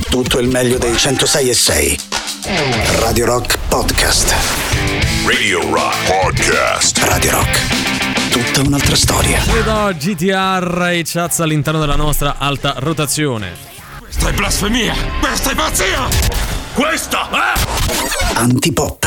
tutto il meglio dei 106.6. Radio Rock Podcast. Radio Rock Podcast. Radio Rock. Tutta un'altra storia. Vedo GTR e Chaz all'interno della nostra alta rotazione. Questa è blasfemia! Questa è pazzia! Questa è... Antipop.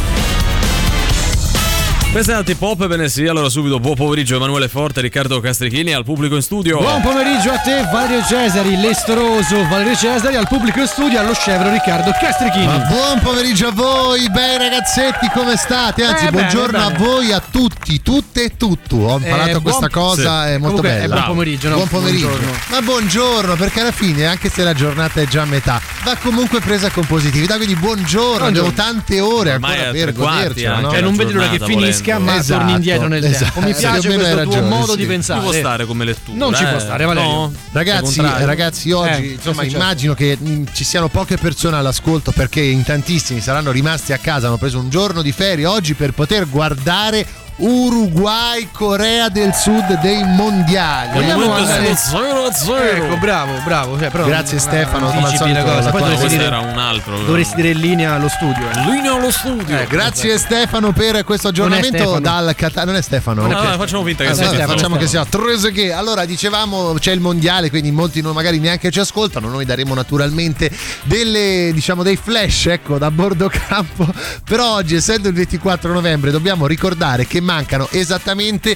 Questa è Antipop, bene sì, allora subito buon pomeriggio Emanuele Forte, Riccardo Castrichini, al pubblico in studio. Buon pomeriggio a te Valerio Cesari, l'estroso Valerio Cesari, al pubblico in studio, allo scevro Riccardo Castrichini. Ma buon pomeriggio a voi, bei ragazzetti, come state? Anzi, buongiorno bene. A voi, a tutti, tutte e tutto. Ho imparato questa cosa, sì. è molto Comunque, bella. Buon pomeriggio, no? Buon pomeriggio. Buongiorno. Ma buongiorno, perché alla fine, anche se la giornata è già a metà, va comunque presa con positività. Quindi buongiorno. Abbiamo tante ore Ormai ancora è per tre quarti, godercelo, no? anche. Non vedi l'ora che giornata, finisca, volendo. ma Esatto, torni indietro nel esatto. tempo. Mi Sì, piace più o meno questo hai tuo ragione, modo sì. di pensare. Ci può stare come lettura. Non ci può stare, Valerio. No? Ragazzi, oggi insomma, certo. immagino che ci siano poche persone all'ascolto, perché in tantissimi saranno rimasti a casa, hanno preso un giorno di ferie oggi per poter guardare Uruguay, Corea del Sud dei mondiali. Vogliamo andare- andare 0-0. Ecco, bravo. Cioè, però, Grazie, Stefano, come al anticipi solito, la cosa. la Poi tua- dovresti Questo dire, era un altro. dovresti dire in linea allo studio. Linea allo studio. Grazie Stefano per questo aggiornamento Stefano. dal Qatar. Non è Stefano? No, facciamo finta che Ah, sia vabbè, Stefano. facciamo che sia Trezeguet. Allora, dicevamo, c'è il mondiale, quindi molti magari neanche ci ascoltano. Noi daremo naturalmente dei flash, ecco, da bordo campo. Però oggi, essendo il 24 novembre, dobbiamo ricordare che mancano esattamente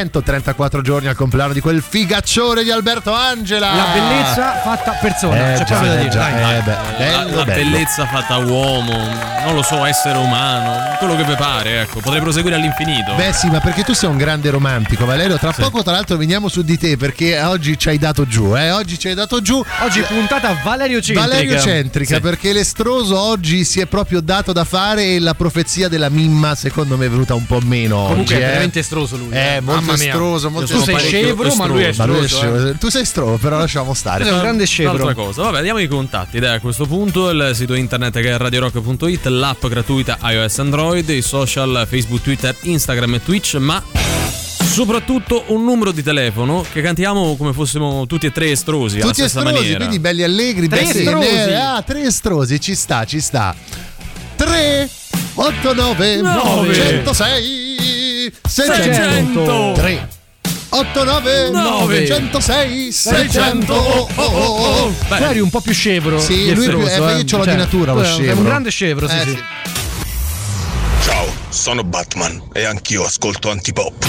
134 giorni al compleanno di quel figaccione di Alberto Angela. La bellezza fatta persona. C'è proprio da dire. Dai. La bellezza fatta uomo, non lo so, essere umano, quello che vi pare, ecco, potrei proseguire all'infinito. Beh sì, ma perché tu sei un grande romantico, Valerio. Tra poco tra l'altro veniamo su di te, perché oggi ci hai dato giù, Oggi ci hai dato giù. Oggi puntata Valerio Centrica, Sì. perché l'estroso oggi si è proprio dato da fare e la profezia della mimma secondo me è venuta un po' meno Comunque oggi. è veramente estroso lui. Molto Mamma mia. estroso, molto Tu sei parecchio scevro, ma lui è Ma lui è estroso. scevro. Tu sei estroso, però lasciamo stare. Sei un grande scevro. Un'altra cosa, vabbè, diamo i contatti. Dai, a questo punto il sito internet che è radiorock.it, l'app gratuita iOS Android, i social Facebook, Twitter, Instagram e Twitch, ma soprattutto un numero di telefono che cantiamo come fossimo tutti e tre estrosi alla Tutti stessa estrosi, maniera. quindi belli allegri, Tre belli estrosi. tre estrosi, ci sta. 3 8 9 9 106 600 3 8 9 9 106 600 Beh, Tu eri un po' più scevro. Sì, di lui estroso, io ce l'ho di natura lo È scevro. un grande scevro, sì. Sì. Ciao, sono Batman e anch'io ascolto Antipop.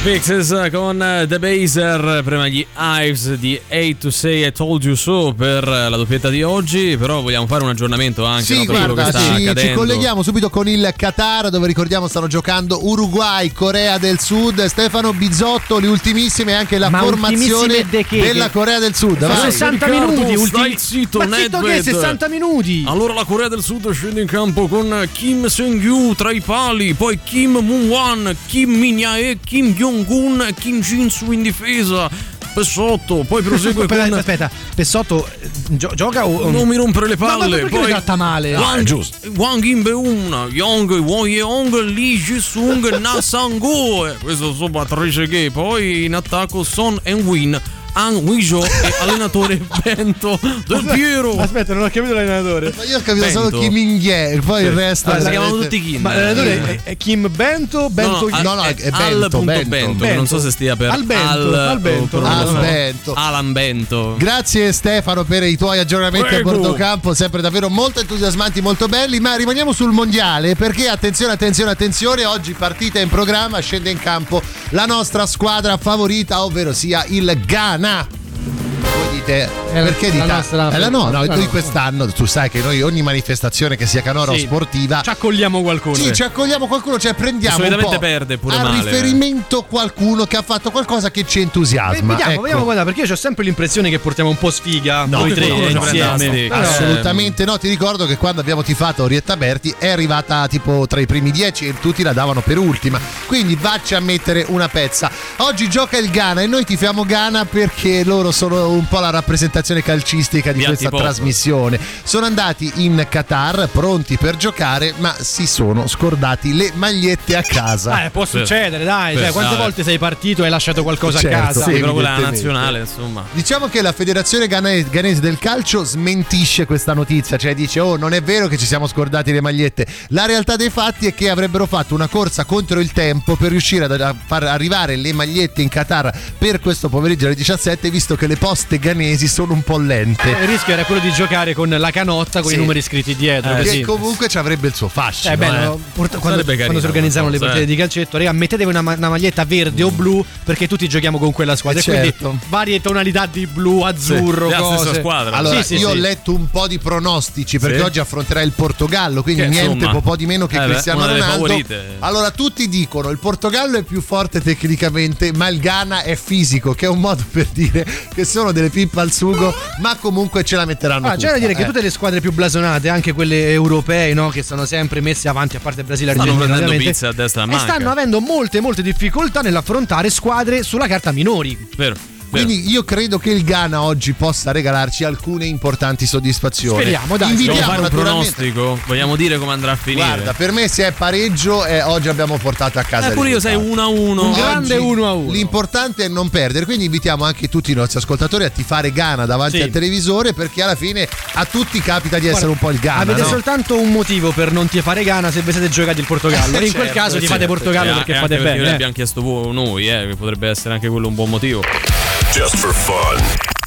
Pixies con The Baser, prima gli Ives di 8 to Say I Told You So per la doppietta di oggi, però vogliamo fare un aggiornamento anche sì, per quello che sta accadendo. Ci colleghiamo subito con il Qatar, dove ricordiamo stanno giocando Uruguay, Corea del Sud. Stefano Bizzotto, le ultimissime anche la formazione della Corea del Sud. Vai. 60 minuti, stai zitto, ma zitto che 60 minuti. Allora la Corea del Sud scende in campo con Kim Seung-yu tra i pali, poi Kim Moon-wan, Kim Min-jae, Kim Jong-un e Kim Jin-soo in difesa. Pessotto, poi prosegue con... Aspetta, Pessotto gioca o... Non mi rompere le palle. Ma perché poi tratta male? Wang Inbeun, Yong, Won Yeong, Lee Ji-sung, Na Sang-go. Questo insomma Trice che poi in attacco Son Eun-win, An Wijo e allenatore Bento Del Piero. Aspetta, non ho capito l'allenatore. Ma io ho capito solo Kim In-gye, poi il resto si chiamano tutti Kim. Ma l'allenatore è Kim Bento? No, è Bento. Non so se stia per Al Bento. Alan Bento. Grazie Stefano per i tuoi aggiornamenti a bordo campo, sempre davvero molto entusiasmanti, molto belli. Ma rimaniamo sul mondiale, perché attenzione, oggi partita in programma, scende in campo la nostra squadra favorita, ovvero sia il Ghana. Voi dite perché dite noi quest'anno tu sai che noi ogni manifestazione che sia canora o sportiva ci accogliamo qualcuno. Sì, ci accogliamo qualcuno, cioè prendiamo solitamente un po' perde pure a male, riferimento qualcuno che ha fatto qualcosa che ci entusiasma. Vediamo, guarda, perché io ho sempre l'impressione che portiamo un po' sfiga noi tre insieme. Assolutamente no, ti ricordo che quando abbiamo tifato Orietta Berti è arrivata tipo tra i primi 10 e tutti la davano per ultima, quindi vacci a mettere una pezza. Oggi gioca il Ghana e noi tifiamo Ghana perché loro sono un po' la rappresentazione calcistica di questa trasmissione. Sono andati in Qatar pronti per giocare, ma si sono scordati le magliette a casa. Può succedere, dai. Cioè, quante volte sei partito e hai lasciato qualcosa a casa? Sì, però quella nazionale, insomma. Diciamo che la federazione ghanese del calcio smentisce questa notizia, cioè dice non è vero che ci siamo scordati le magliette. La realtà dei fatti è che avrebbero fatto una corsa contro il tempo per riuscire a far arrivare le magliette in Qatar per questo pomeriggio alle 17, visto che le poste ghanesi sono un po' lente. Il rischio era quello di giocare con la canotta con i numeri scritti dietro, che comunque ci avrebbe il suo fascino. Quando si organizzano le partite di calcetto, raga, mettetevi una maglietta verde o blu, perché tutti giochiamo con quella squadra. Quindi varie tonalità di blu, azzurro, cose. La stessa squadra. Allora, io ho letto un po' di pronostici perché oggi affronterà il Portogallo, quindi niente po' di meno che Cristiano Ronaldo. Allora tutti dicono il Portogallo è più forte tecnicamente, ma il Ghana è fisico, che è un modo per dire che sono delle pippe al sugo, ma comunque ce la metteranno tutta. C'è da dire che tutte le squadre più blasonate, anche quelle europee, no, che sono sempre messe avanti, a parte Brasile e Argentina, stanno prendendo pizza a destra e stanno avendo molte difficoltà nell'affrontare squadre sulla carta minori. Vero. Quindi io credo che il Ghana oggi possa regalarci alcune importanti soddisfazioni. Speriamo, dai. Vogliamo fare un pronostico? Vogliamo dire come andrà a finire? Guarda, per me se è pareggio oggi abbiamo portato a casa pure io sei 1-1. Un grande 1-1. L'importante è non perdere, quindi invitiamo anche tutti i nostri ascoltatori a tifare Ghana davanti al televisore, perché alla fine a tutti capita di essere un po' il Ghana. Avete soltanto un motivo per non tifare Ghana se vi siete giocati il Portogallo. In quel caso tifate Portogallo perché fate bene. Perché abbiamo chiesto noi, che potrebbe essere anche quello un buon motivo. Just for fun.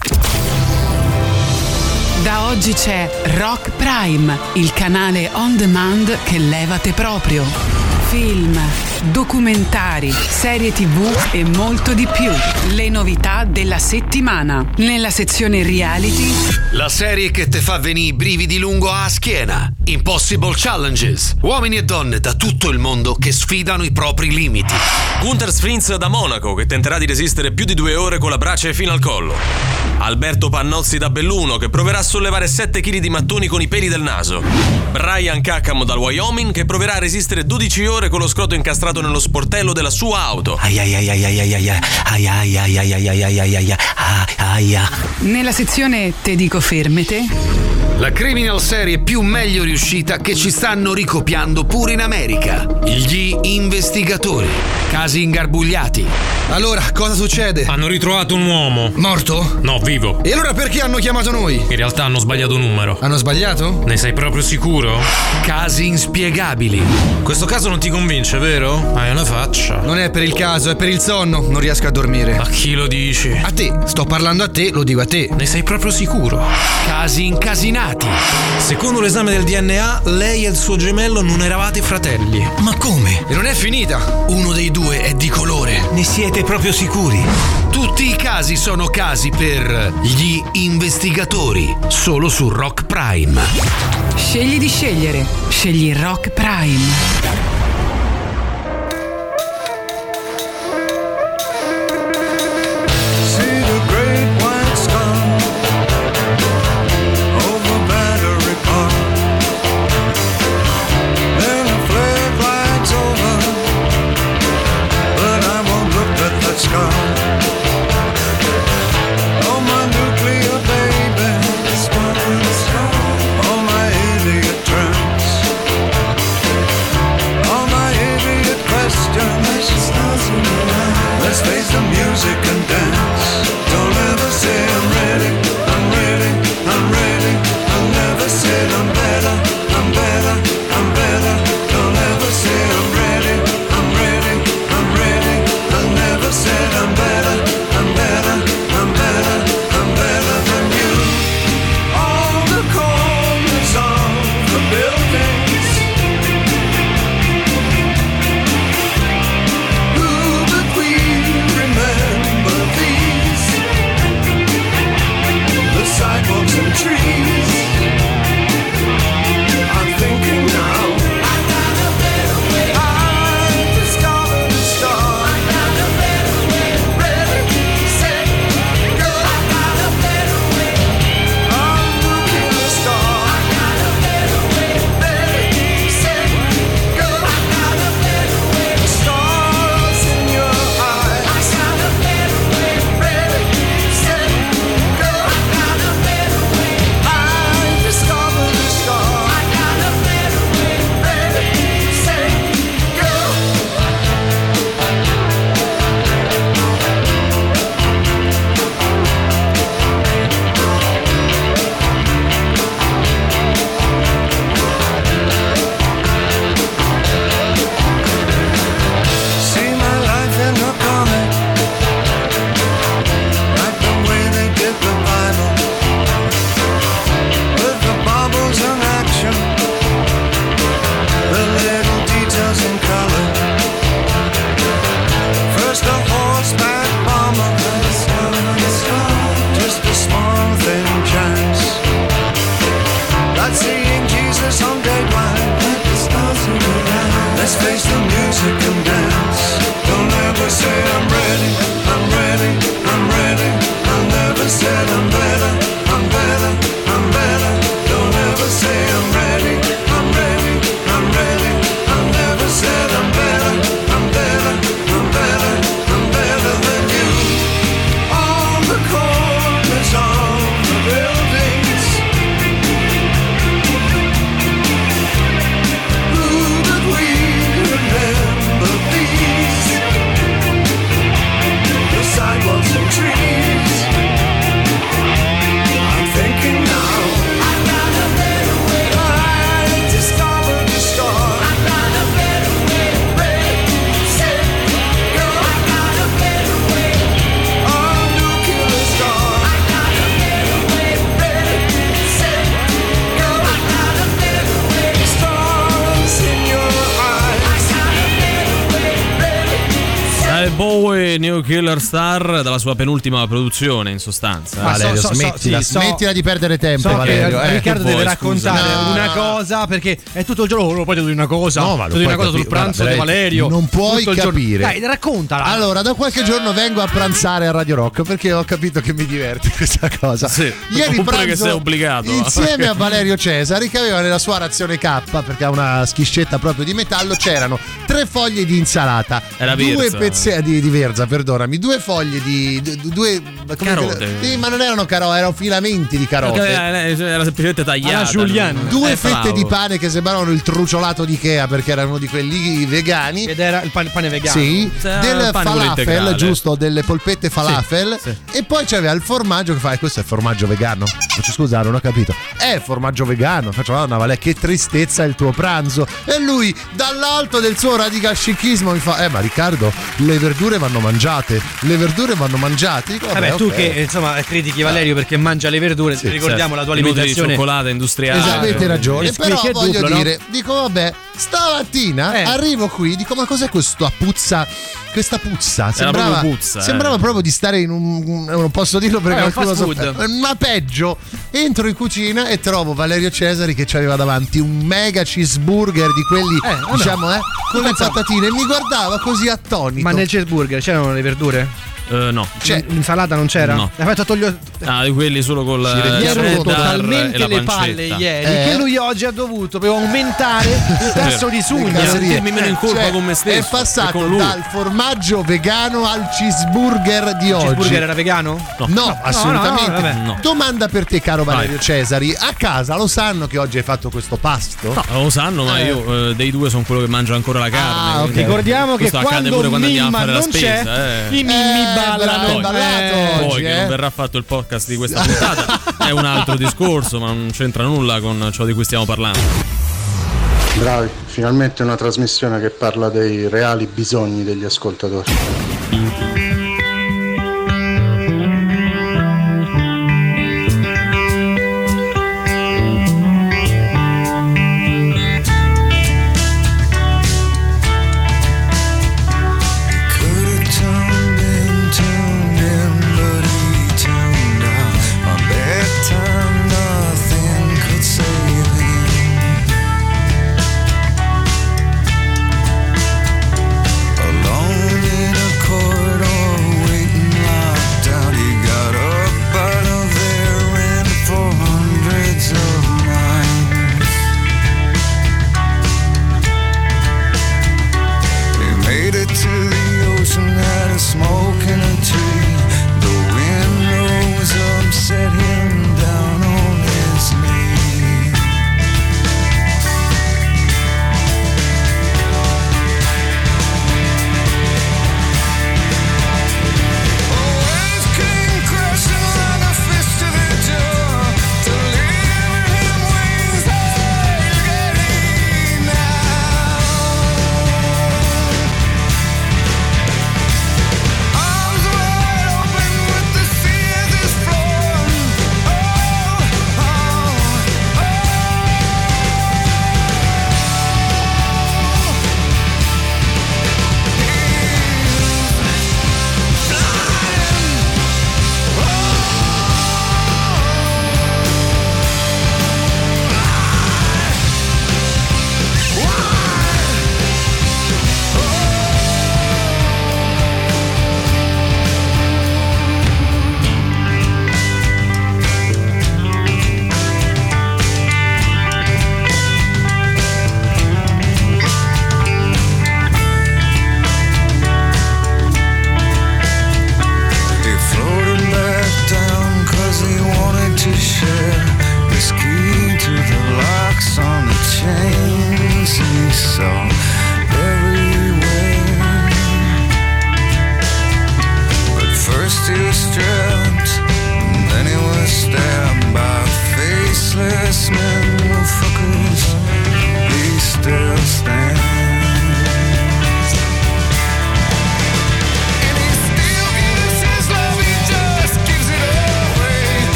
Da oggi c'è Rock Prime, il canale on demand che levate proprio. Film, documentari, serie TV e molto di più. Le novità della settimana. Nella sezione reality, la serie che te fa venire i brividi lungo a schiena. Impossible Challenges. Uomini e donne da tutto il mondo che sfidano i propri limiti. Gunther Sprinz da Monaco, che tenterà di resistere più di 2 ore con la brace fino al collo. Alberto Pannozzi da Belluno, che proverà a sollevare 7 kg di mattoni con i peli del naso. Brian Cackham dal Wyoming, che proverà a resistere 12 ore con lo scroto incastrato nello sportello della sua auto. nella sezione Te dico fermete, la criminal serie più meglio riuscita che ci stanno ricopiando pure in America. Gli investigatori. Casi ingarbugliati. Allora, cosa succede? Hanno ritrovato un uomo. Morto? No, vivo. E allora perché hanno chiamato noi? In realtà hanno sbagliato numero. Hanno sbagliato? Ne sei proprio sicuro? Casi inspiegabili. Questo caso non ti convince, vero? Hai una faccia. Non è per il caso, è per il sonno. Non riesco a dormire. A chi lo dici? A te. Sto parlando a te, lo dico a te. Ne sei proprio sicuro? Casi incasinati. sposati. Secondo l'esame del DNA, lei e il suo gemello non eravate fratelli. Ma come? E non è finita. Uno dei due è di colore. Ne siete proprio sicuri? Tutti i casi sono casi per gli investigatori, solo su Rock Prime. Scegli di scegliere. Scegli Rock Prime. Bowie, New Killer Star, dalla sua penultima produzione in sostanza. Valerio, smettila di perdere tempo, Valerio. Riccardo deve raccontare una cosa, perché è tutto il giorno. Poi devo dire una cosa. No, ma devo dire una cosa sul pranzo di Valerio. Non puoi capire. Dai, raccontala. Allora, da qualche giorno vengo a pranzare a Radio Rock perché ho capito che mi diverte questa cosa. Sì. Ieri pranzo che sei obbligato insieme a Valerio Cesari, che aveva nella sua razione K, perché ha una schiscetta proprio di metallo, c'erano 3 foglie di insalata, era 2 pezzetti di verza, perdonami, 2 foglie di 2 carote. Sì, ma non erano carote, erano filamenti di carote. Era semplicemente tagliata. 2 fette di pane che sembravano il truciolato di Ikea perché erano di quelli vegani. Ed era il pane vegano. Sì, del falafel, giusto, delle polpette falafel. Sì. E poi c'aveva il formaggio che fa, e questo è formaggio vegano? Scusa, non ho capito. È formaggio vegano. Faccio, Madonna, Vale, che tristezza il tuo pranzo. E lui, dall'alto del suo radical scichismo, mi fa: ma Riccardo, le verdure vanno mangiate. mangiate, le verdure vanno mangiate. Dico, vabbè, tu che insomma critichi Valerio perché mangia le verdure, ricordiamo la tua alimentazione di cioccolata industriale. Esatto, avete ragione, però voglio dire, dico vabbè, stamattina arrivo qui, dico ma cos'è questa puzza? Sembrava proprio di stare in non posso dirlo perché ma peggio. Entro in cucina e trovo Valerio Cesari che ci aveva davanti un mega cheeseburger di quelli con le patatine e mi guardava così attonito. Ma nel cheeseburger c'erano le verdure? No. L'insalata non c'era? No. Di quelli solo con gli erano totalmente le palle ieri che lui oggi ha dovuto per aumentare il tasso di sugna, sentirmi meno in colpa con me stesso. È passato dal formaggio vegano al cheeseburger di oggi. Il cheeseburger era vegano? No, assolutamente no. Domanda per te, caro Valerio Cesari, a casa lo sanno che oggi hai fatto questo pasto? No, lo sanno, ma io dei due sono quello che mangia ancora la carne. Okay. Ricordiamo che quando Mimma non c'è, i Mimmi ballano. Poi che non verrà fatto il podcast di questa puntata è un altro discorso, ma non c'entra nulla con ciò di cui stiamo parlando. Bravi, finalmente una trasmissione che parla dei reali bisogni degli ascoltatori. Alone in a corridor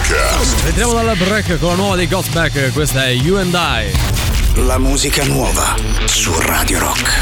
Podcast. Entriamo dal break con la nuova dei Ghostback, questa è You and I. La musica nuova su Radio Rock.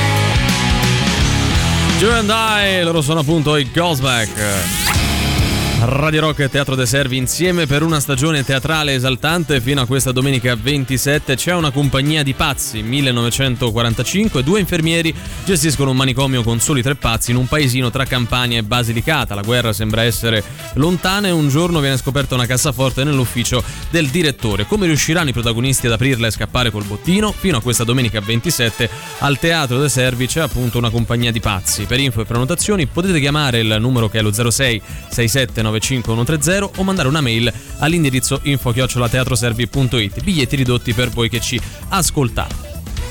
You and I, loro sono appunto i Ghostback. Radio Rock e Teatro de Servi insieme per una stagione teatrale esaltante fino a questa domenica 27. C'è una compagnia di pazzi, 1945, 2 infermieri gestiscono un manicomio con soli 3 pazzi in un paesino tra Campania e Basilicata. La guerra sembra essere lontana e un giorno viene scoperta una cassaforte nell'ufficio del direttore. Come riusciranno i protagonisti ad aprirla e scappare col bottino? Fino a questa domenica 27 al Teatro de Servi c'è appunto una compagnia di pazzi. Per info e prenotazioni potete chiamare il numero che è lo 06 67 95 130 o mandare una mail all'indirizzo info@teatroservi.it. Biglietti ridotti per voi che ci ascoltate.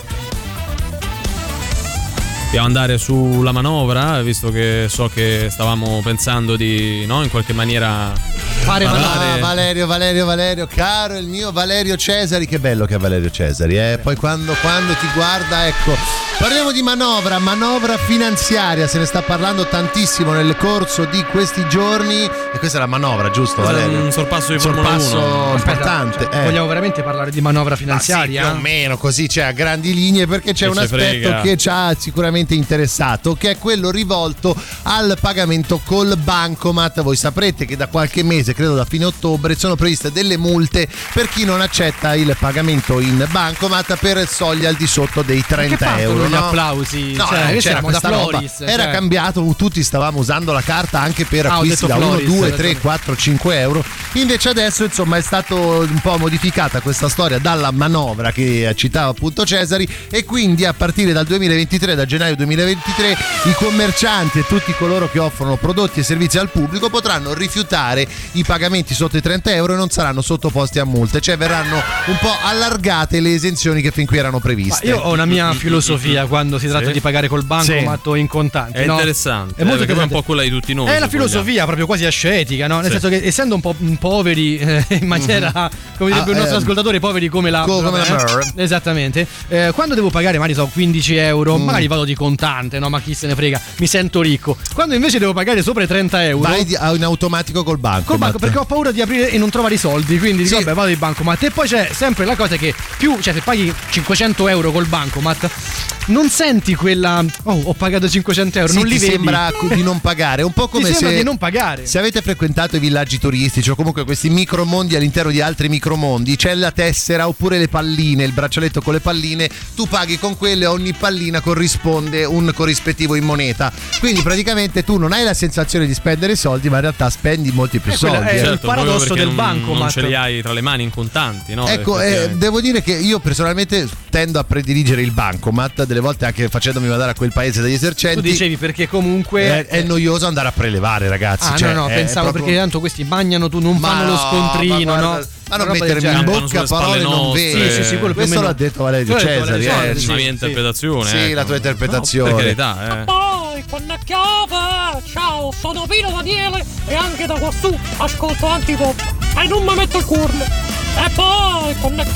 Dobbiamo andare sulla manovra, visto che so che stavamo pensando di, no, in qualche maniera parlare. Valerio, caro il mio Valerio Cesari, che bello che è Valerio Cesari, Poi quando ti guarda, ecco, parliamo di manovra finanziaria, se ne sta parlando tantissimo nel corso di questi giorni e questa è la manovra, giusto Valerio? Un sorpasso di Formula 1 importante. Vogliamo veramente parlare di manovra finanziaria? Sì, più o meno così, cioè a grandi linee, perché c'è un aspetto che ci ha sicuramente interessato, che è quello rivolto al pagamento col bancomat. Voi saprete che da qualche mese, credo da fine ottobre, sono previste delle multe per chi non accetta il pagamento in bancomat per soglie al di sotto dei 30 euro. Gli applausi, no, c'era questa roba. Era cambiato, tutti stavamo usando la carta anche per acquisti da 1, 2, 3, 4, 5 euro. Invece adesso insomma è stato un po' modificata questa storia dalla manovra che citava appunto Cesari, e quindi a partire dal 2023, da gennaio 2023, i commercianti e tutti coloro che offrono prodotti e servizi al pubblico potranno rifiutare i pagamenti sotto i 30 euro e non saranno sottoposti a multe, cioè verranno un po' allargate le esenzioni che fin qui erano previste. Ma io ho una mia filosofia quando si tratta di pagare col bancomat o in contanti. È interessante, è molto un po' quella di tutti noi. È la filosofia proprio quasi ascetica, no? Nel senso che essendo un po' poveri in maniera, come direbbe il nostro ascoltatore, poveri come la esattamente, quando devo pagare magari so 15 euro, magari vado di contante, no? Ma chi se ne frega, mi sento ricco. Quando invece devo pagare sopra i 30 euro vai in automatico col banco, perché ho paura di aprire e non trovare i soldi, quindi dico vabbè, vado di bancomat. E poi c'è sempre la cosa che se paghi 500 euro col bancomat non senti quella ho pagato 500 euro, non li vedi, sembra di non pagare, un po' come di non pagare. Se avete frequentato i villaggi turistici o comunque questi micromondi all'interno di altri micromondi, c'è la tessera oppure le palline, il braccialetto con le palline, tu paghi con quelle, ogni pallina corrisponde un corrispettivo in moneta, quindi praticamente tu non hai la sensazione di spendere soldi, ma in realtà spendi molti più soldi. È il paradosso del bancomat, non ce li hai tra le mani in contanti, no? Ecco, devo dire che io personalmente tendo a prediligere il bancomat, delle volte anche facendomi mandare a quel paese dagli esercenti. Tu dicevi perché comunque è noioso andare a prelevare, ragazzi. No, pensavo proprio... perché tanto questi bagnano, tu non fanno lo scontrino, no? Ma non mettermi in bocca parole non vere. Sì, questo l'ha detto Valerio Cesari. La mia interpretazione. Sì, la tua interpretazione. Per carità, Poi con la chiave. Ciao, sono Pino Daniele e anche da quassù ascolto Antipop e non mi metto il cuore. E poi con la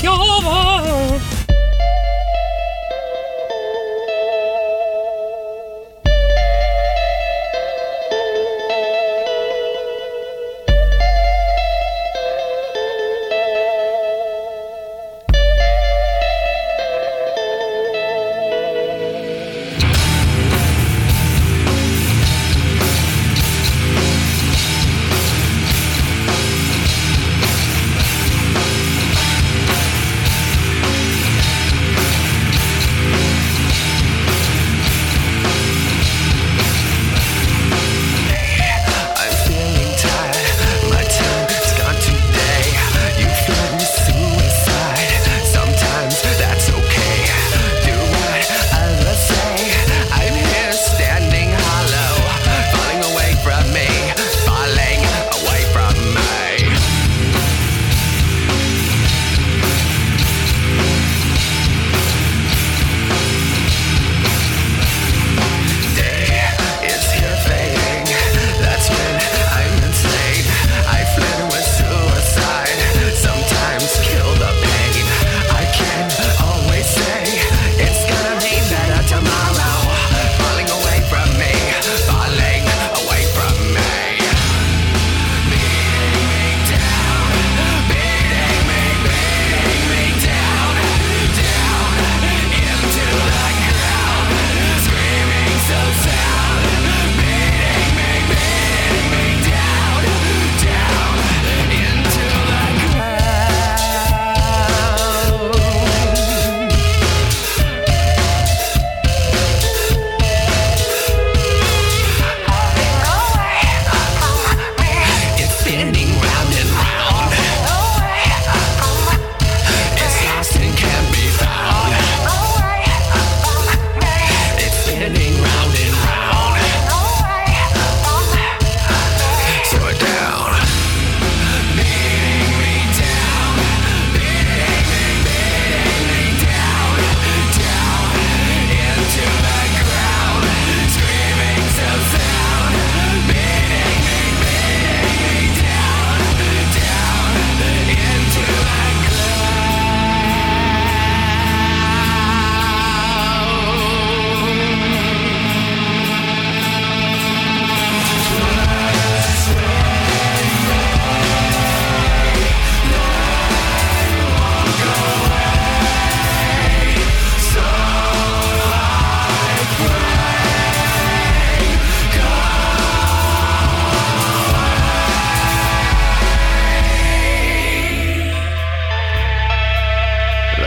chiave.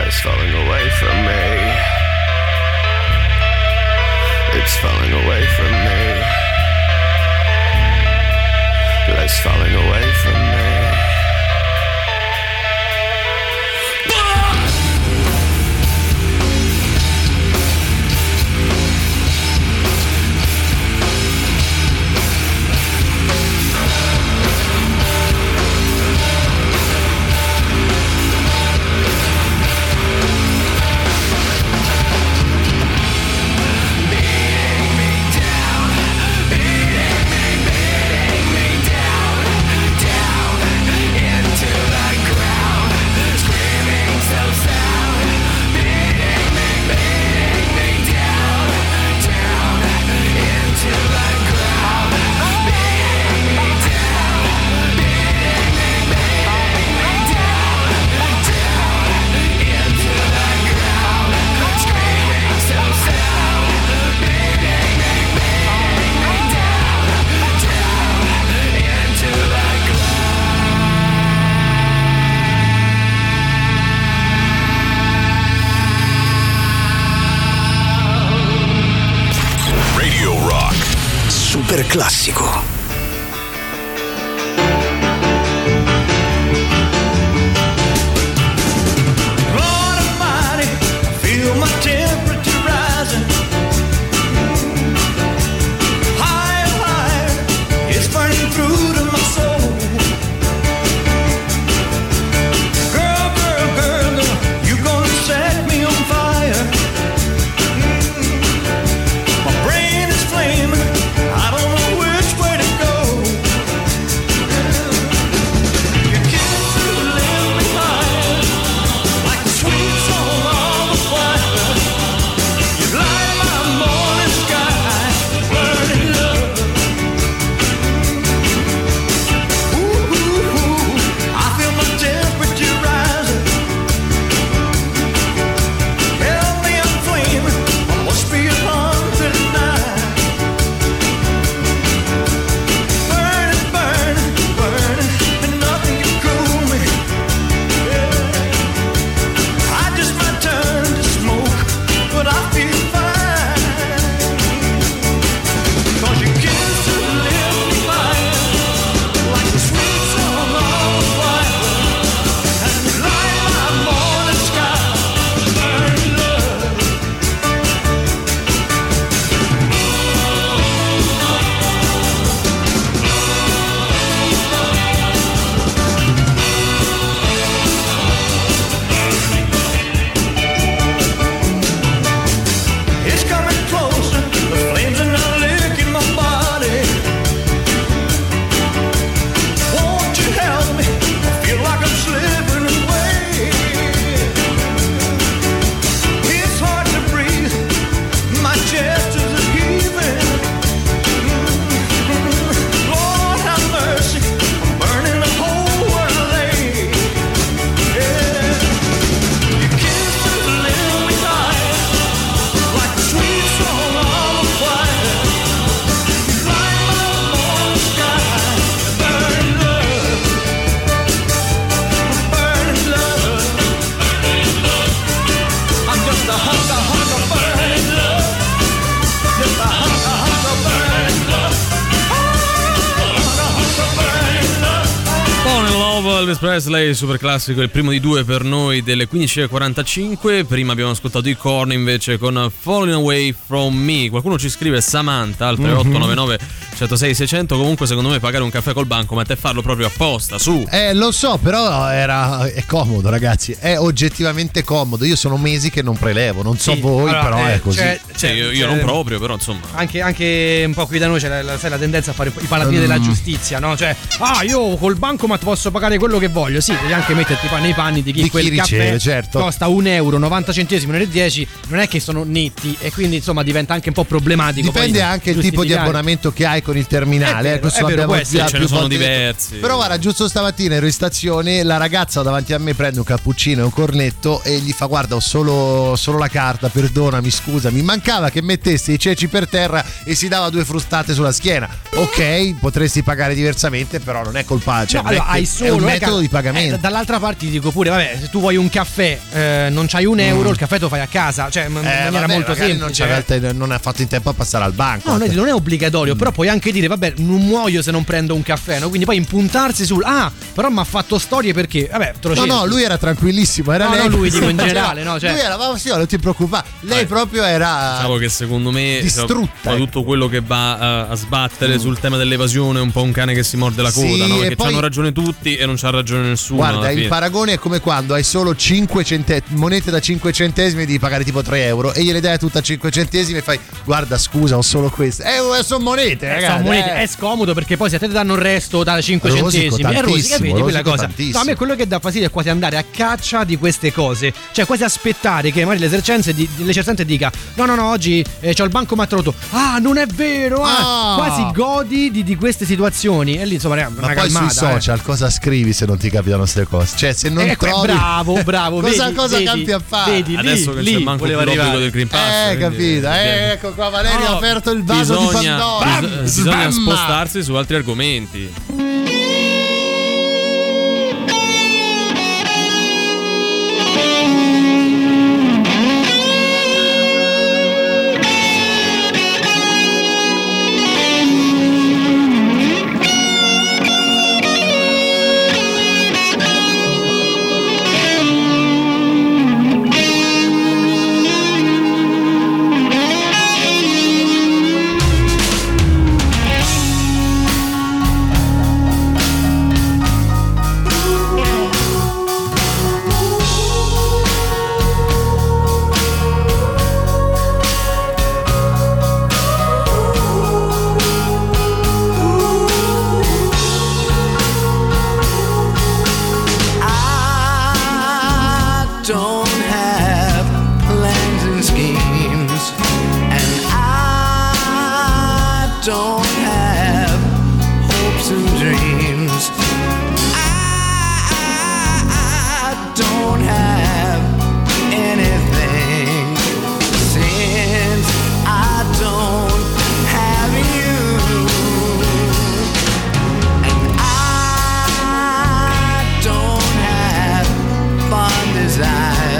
Life's falling away from me. It's falling away from me. Life's falling away from me. Super classico. Elvis Presley, super classico, il primo di due per noi delle 15.45. Prima abbiamo ascoltato i Korn invece con Falling Away From Me. Qualcuno ci scrive Samantha al 3899 106 600. Comunque secondo me pagare un caffè col bancomat e farlo proprio apposta, su. Lo so, però è comodo, ragazzi, è oggettivamente comodo. Io sono mesi che non prelevo, non so voi, allora, però è così. Io non proprio, però insomma. Anche un po' qui da noi c'è la tendenza a fare i paladini della giustizia, no? Cioè, io col bancomat posso pagare quello che voglio. Sì, devi anche metterti nei panni di chi quel riceve, caffè certo. Costa €1, 90 centesimi, 1,10 €, non è che sono netti, e quindi insomma diventa anche un po' problematico. Dipende anche il tipo di abbonamento che hai con il terminale. Ce ne sono diversi. Però guarda, giusto stamattina ero in stazione, la ragazza davanti a me prende un cappuccino e un cornetto e gli fa: guarda, ho solo la carta, perdonami, scusa, mi mancava che mettessi i ceci per terra, e si dava 2 frustate sulla schiena. Ok, potresti pagare diversamente, però non è colpa, cioè no, allora, hai solo metodo di pagamento. Dall'altra parte ti dico pure, vabbè, se tu vuoi un caffè, non c'hai €1, il caffè te lo fai a casa, cioè in maniera molto semplice. Non ha fatto in tempo a passare al banco. No, non è obbligatorio, però puoi anche dire, vabbè, non muoio se non prendo un caffè, no? Quindi poi impuntarsi sul però mi ha fatto storie perché, vabbè, te lo cerchi. No, lui era tranquillissimo, era lei. No, lui dico in generale, no, cioè. Lui era, sì, non ti preoccupare. Lei proprio era diciamo che secondo me distrutta. Tutto quello che va a sbattere sul tema dell'evasione è un po' un cane che si morde la coda, sì, no? Perché poi, hanno ragione tutti e non c'ha ragione nessuno. Guarda, il paragone è come quando hai solo 5 monete da 5 centesimi e devi pagare tipo €3 e gliele dai tutta a 5 centesimi e fai, guarda, scusa, ho solo queste. Sono monete, ragazzi. Sono monete, è scomodo perché poi se a te ti danno il resto da 5 centesimi è rosica, vedi quella cosa. No, a me quello che dà fastidio è quasi andare a caccia di queste cose, cioì quasi aspettare che magari l'esercente dica no, oggi c'ho il bancomat rotto. Non è vero, quasi godi di queste situazioni. E lì insomma, ma una poi calmata, sui social cosa scrivi se non ti capitano queste cose? Cioè, se non trovi bravo, cosa campi a fare? Vedi, adesso che c'è il manco più l'obbligo del Green Pass. Capito? Ecco qua, Valerio ha aperto il vaso di Pandora. Bisogna spostarsi su altri argomenti. Desire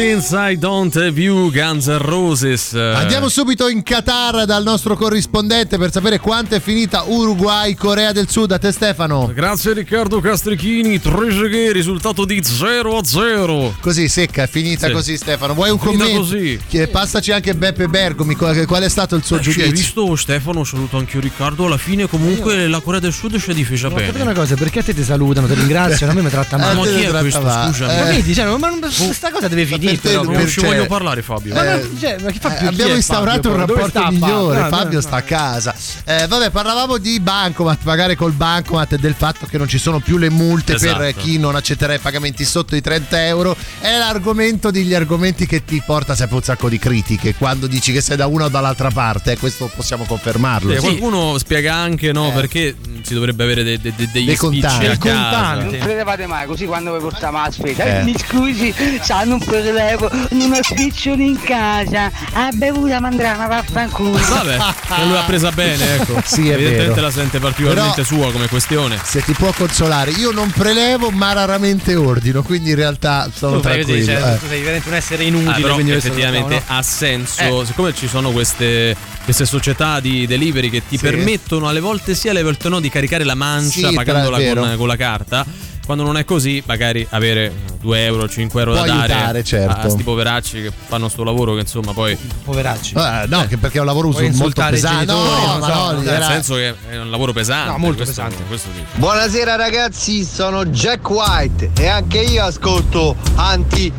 Since I Don't Have You, Guns N' Roses. Andiamo subito in Qatar dal nostro corrispondente per sapere quanto è finita Uruguay-Corea del Sud. A te Stefano. Grazie Riccardo Castrichini, 3 risultato di 0-0. Così secca, è finita così Stefano. Vuoi un commento? Così. Passaci anche Beppe Bergomi, qual è stato il suo giudizio? Hai visto Stefano, saluto anche io Riccardo, alla fine comunque la Corea del Sud ci difesa bene. Ma una cosa, perché a te ti salutano, ti ringraziano, a me mi tratta male. Ma chi è questo? Scusa. Ma vedi, cioè, ma questa cosa deve finire. Però non ci voglio parlare Fabio. Ma chi fa più abbiamo instaurato un rapporto migliore. Fabio sta a casa. Vabbè, parlavamo di bancomat, magari col bancomat e del fatto che non ci sono più le multe per chi non accetterà i pagamenti sotto i 30 euro. È l'argomento degli argomenti che ti porta sempre un sacco di critiche quando dici che sei da una o dall'altra parte. Questo possiamo confermarlo. Qualcuno spiega anche perché si dovrebbe avere degli contanti a casa. Non credevate mai così quando vi portavamo la spesa. Mi scusi, sanno un prelevo, non ho spiccioli in casa, ha bevuta mandrana, vaffanculo. Vabbè, lui ha presa bene, ecco. Sì, è evidentemente vero. la sente particolarmente sua come questione. Se ti può consolare, io non prelevo ma raramente ordino, quindi in realtà sono tranquillo. Tu sei veramente un essere inutile, però quindi effettivamente ha senso, siccome ci sono queste società di delivery che ti permettono alle volte sì, alle volte no di caricare la mancia pagandola con la carta. Quando non è così, magari avere 2 euro, 5 euro può da dare aiutare, certo. a sti poveracci che fanno sto lavoro che insomma poi poveracci. No, che perché è un lavoro molto pesante. Nel senso che è un lavoro pesante. No, molto pesante. Questo dico. Buonasera ragazzi, sono Jack White e anche io ascolto anti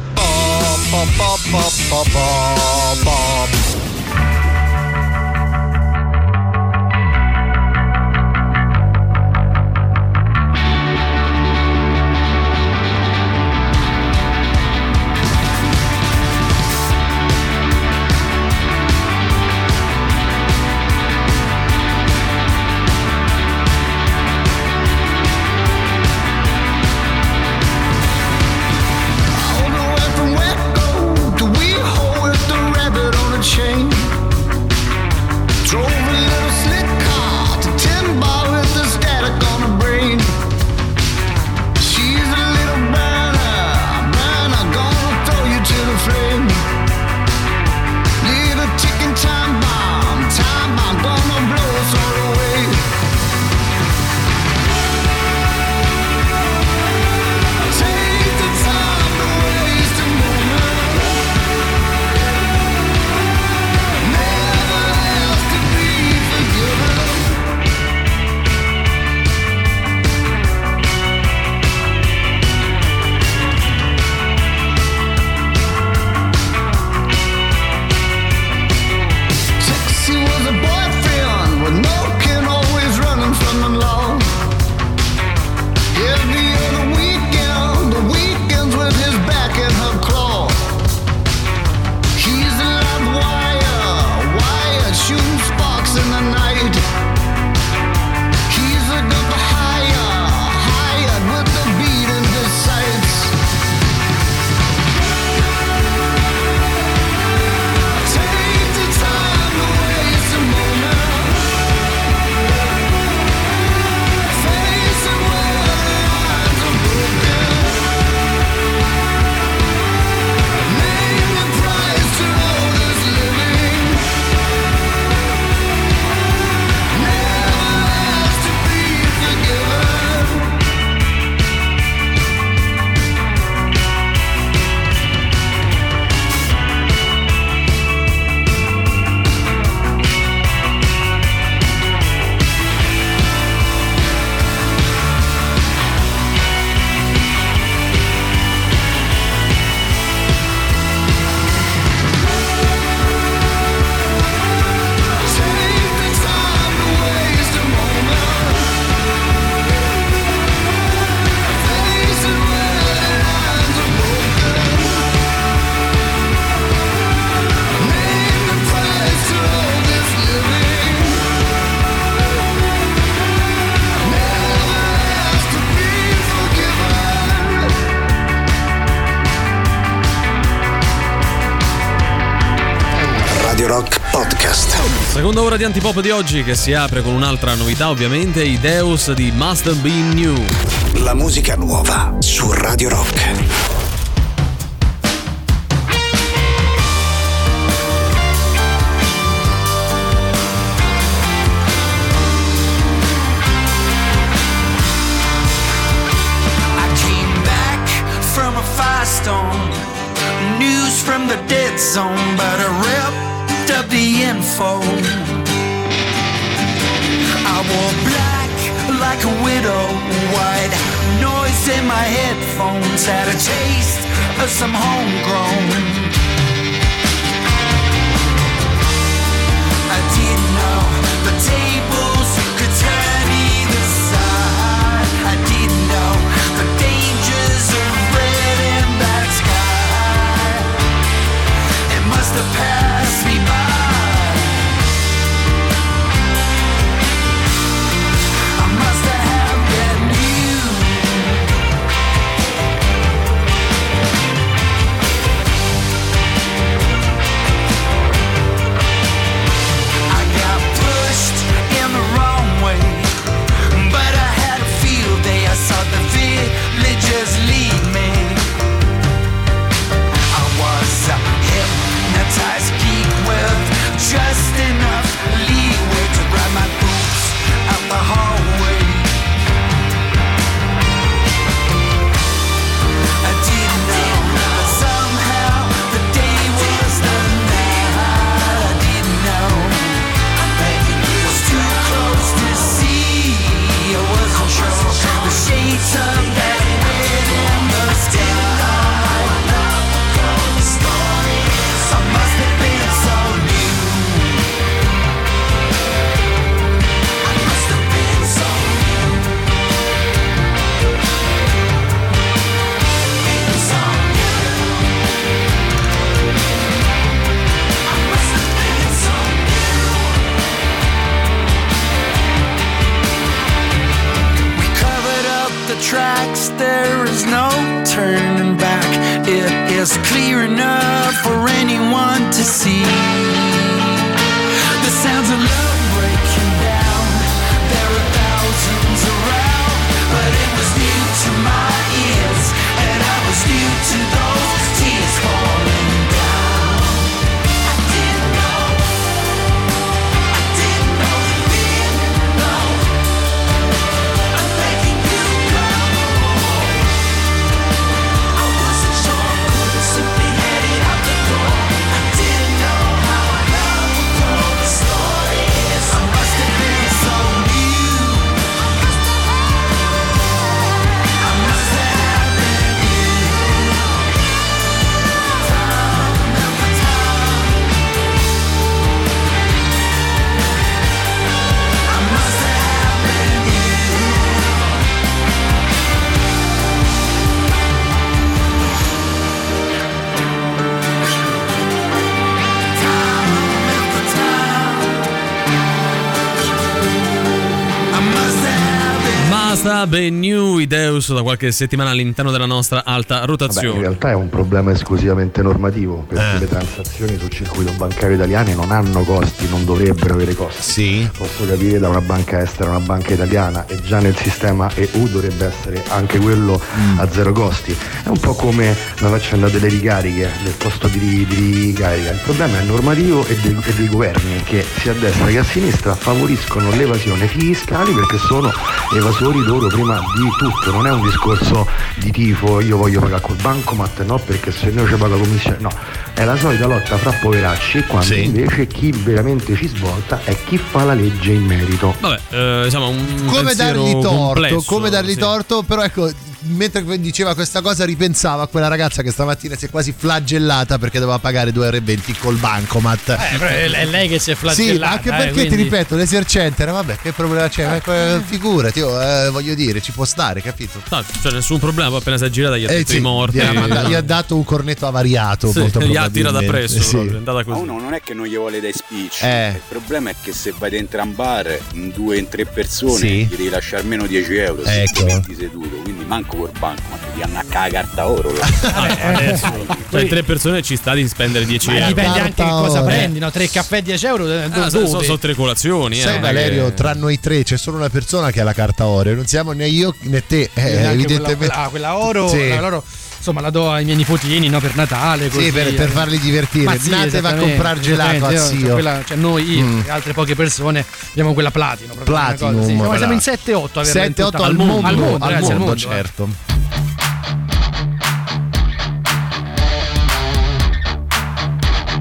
pop. Seconda ora di Antipop di oggi che si apre con un'altra novità, ovviamente i Deus di Must Have Been New. La musica nuova su Radio Rock. zone, but I ripped up the info. I wore black like a widow, white noise in my headphones, had a taste of some homegrown. I didn't know the tables could turn either side. I didn't know the dangers of red and black sky. It must have passed me by. I must have been you. I got pushed in the wrong way, but I had a field day. I saw the villagers lead me. I was a hypnotized geek with just enough leeway to grab my boots out the hallway. I didn't know that somehow the day was the night. I didn't know it was too close to see. I wasn't sure the shades of that red in the sky. I must have been so new. I must have been so new. Been so new. I must have been so new. We covered up the tracks, there is no turning back. It is clear enough for anyone to see. The sounds of love breaking down, there are thousands around, but it was new to my ears, and I was new to those tears falling down. I didn't know the feeling, no. I'm letting you go. I wasn't sure, couldn't simply head it out the door. I didn't know how love would go. The story is I must have been so new. I must have been you. Time after time. I must have been you. Must have been new, i Deus da qualche settimana all'interno della nostra alta rotazione. Vabbè, in realtà è un problema esclusivamente normativo, perché le transazioni sul circuito bancario italiano non hanno costi, non dovrebbero avere costi. Sì. Posso capire da una banca estera a una banca italiana, e già nel sistema EU dovrebbe essere anche quello a zero costi. È un po' come la faccenda delle ricariche, del costo di ricarica. Il problema è normativo e dei governi che sia a destra che a sinistra favoriscono l'evasione fiscale, perché sono evasori loro prima di tutto. Non è un discorso di tifo, io voglio pagare col bancomat, no, perché se no ci paga la commissione, no, è la solita lotta fra poveracci, quando invece chi veramente ci svolta è chi fa la legge in merito. Vabbè, diciamo un come dargli torto, complesso, come dargli torto, però ecco, mentre diceva questa cosa ripensava a quella ragazza che stamattina si è quasi flagellata perché doveva pagare 2,20 € col bancomat. È lei che si è flagellata. Sì, anche perché quindi... ti ripeto, l'esercente era vabbè, che problema c'è? Figurati, voglio dire, ci può stare, capito? No, cioè nessun problema, poi appena si è girata gli ha detto i morti. Gli ha dato un cornetto avariato, sì, molto gli ha tirato appresso, sì. è andata così. Uno non è che non gli vuole dai speech, il problema è che se vai dentro a un bar in 2 in 3 persone gli devi lasciare almeno 10 €, se ti metti seduto, quindi manco col banco, ma ti annacca la carta oro là. Adesso cioè 3 persone ci sta di spendere 10 €. Dipende anche che cosa prendi, no? 3 caffè 10 €, sono 3 colazioni. Sai Valerio, tra noi 3 c'è solo una persona che ha la carta oro, non siamo né io né te, evidentemente. Quella oro, sì. l'oro, insomma, la do ai miei nipotini, no, per Natale, così, sì, per farli divertire. Sì, Nate va a comprare gelato a zio. Cioè noi e altre poche persone abbiamo quella Platinum. Platinum, sì. Ma siamo in 7-8 al mondo, al mondo, certo.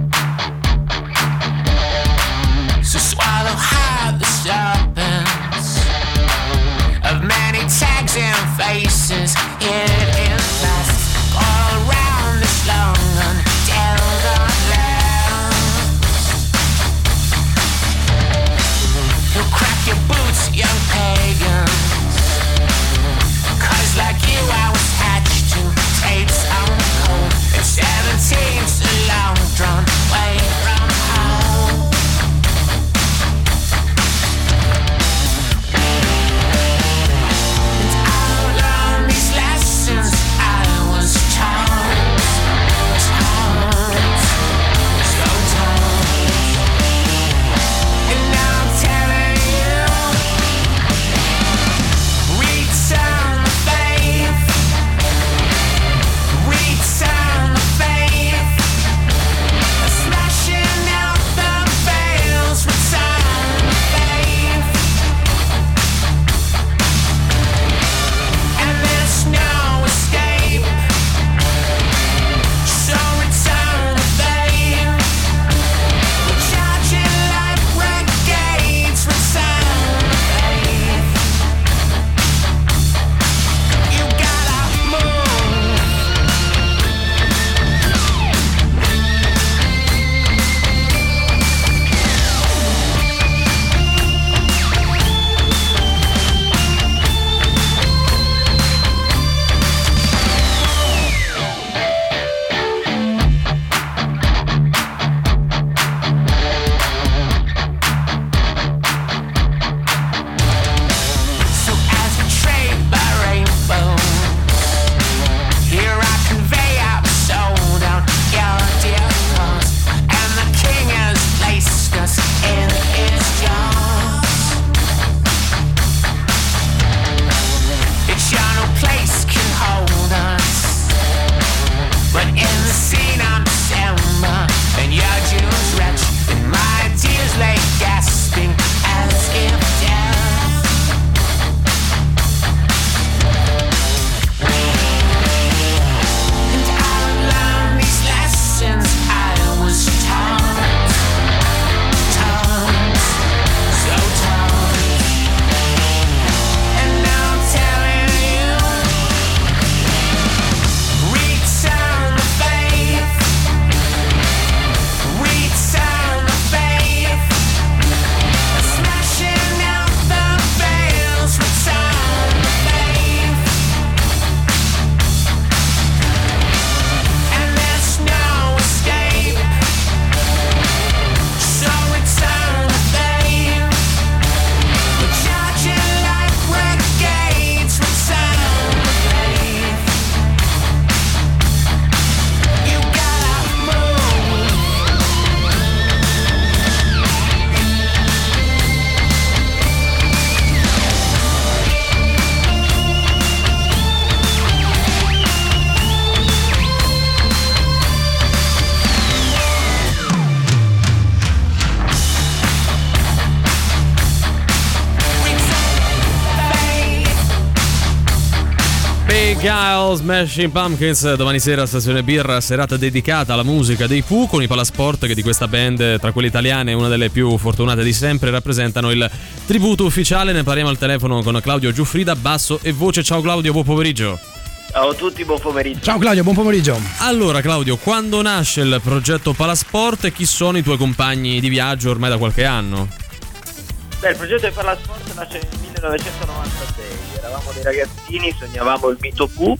Argyle, Smashing Pumpkins, domani sera Stazione Birra, serata dedicata alla musica dei Pooh, con i Palasport che di questa band, tra quelle italiane, una delle più fortunate di sempre, rappresentano il tributo ufficiale. Ne parliamo al telefono con Claudio Giuffrida, basso e voce. Ciao Claudio, buon pomeriggio. Ciao a tutti, buon pomeriggio. Ciao Claudio, buon pomeriggio. Allora Claudio, quando nasce il progetto Palasport e chi sono i tuoi compagni di viaggio ormai da qualche anno? Beh, il progetto di Palasport nasce nel 1996, eravamo dei ragazzini, sognavamo il mito Pooh,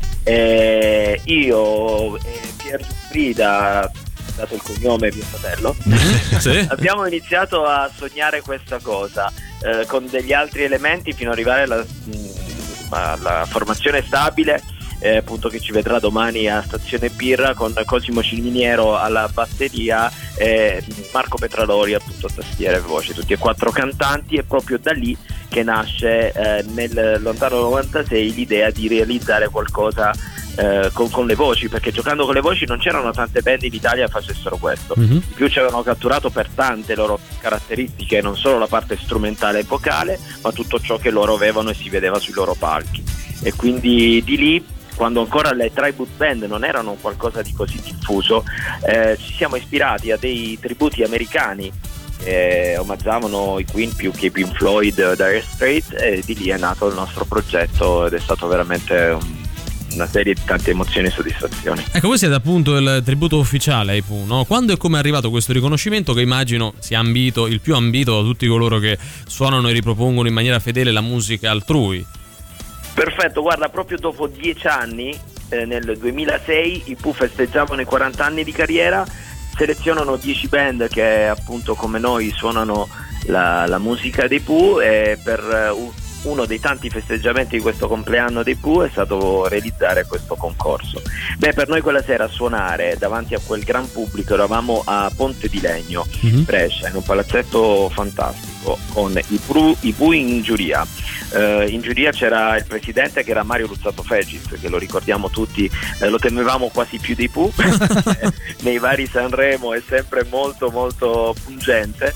io e Pier Giuffrida, dato il cognome mio fratello, sì. Abbiamo iniziato a sognare questa cosa con degli altri elementi fino ad arrivare alla formazione stabile, appunto, che ci vedrà domani a Stazione Birra, con Cosimo Ciminiero alla batteria e Marco Petralori appunto tastiere e voce, tutti e quattro cantanti. È proprio da lì che nasce nel lontano 96 l'idea di realizzare qualcosa con le voci, perché giocando con le voci non c'erano tante band in Italia che facessero questo. In più ci avevano catturato per tante loro caratteristiche, non solo la parte strumentale e vocale, ma tutto ciò che loro avevano e si vedeva sui loro palchi. E quindi di lì, quando ancora le tribute band non erano qualcosa di così diffuso, ci siamo ispirati a dei tributi americani che omaggiavano i Queen più che i Pink Floyd, Dire Straits, e di lì è nato il nostro progetto ed è stato veramente una serie di tante emozioni e soddisfazioni. Ecco, voi siete appunto il tributo ufficiale ai Pooh, no? Quando e come è arrivato questo riconoscimento, che immagino sia ambito, il più ambito da tutti coloro che suonano e ripropongono in maniera fedele la musica altrui? Perfetto, guarda, proprio dopo 10 anni, nel 2006, i Pooh festeggiavano i 40 anni di carriera, selezionano 10 band che appunto come noi suonano la musica dei Pooh, e per uno dei tanti festeggiamenti di questo compleanno dei Pooh è stato realizzare questo concorso. Beh, per noi quella sera suonare davanti a quel gran pubblico, eravamo a Ponte di Legno, Brescia, in un palazzetto fantastico, con i Pooh in giuria. In giuria c'era il presidente, che era Mario Luzzato Fegis, che lo ricordiamo tutti, lo temevamo quasi più dei Pooh. Nei vari Sanremo è sempre molto molto pungente,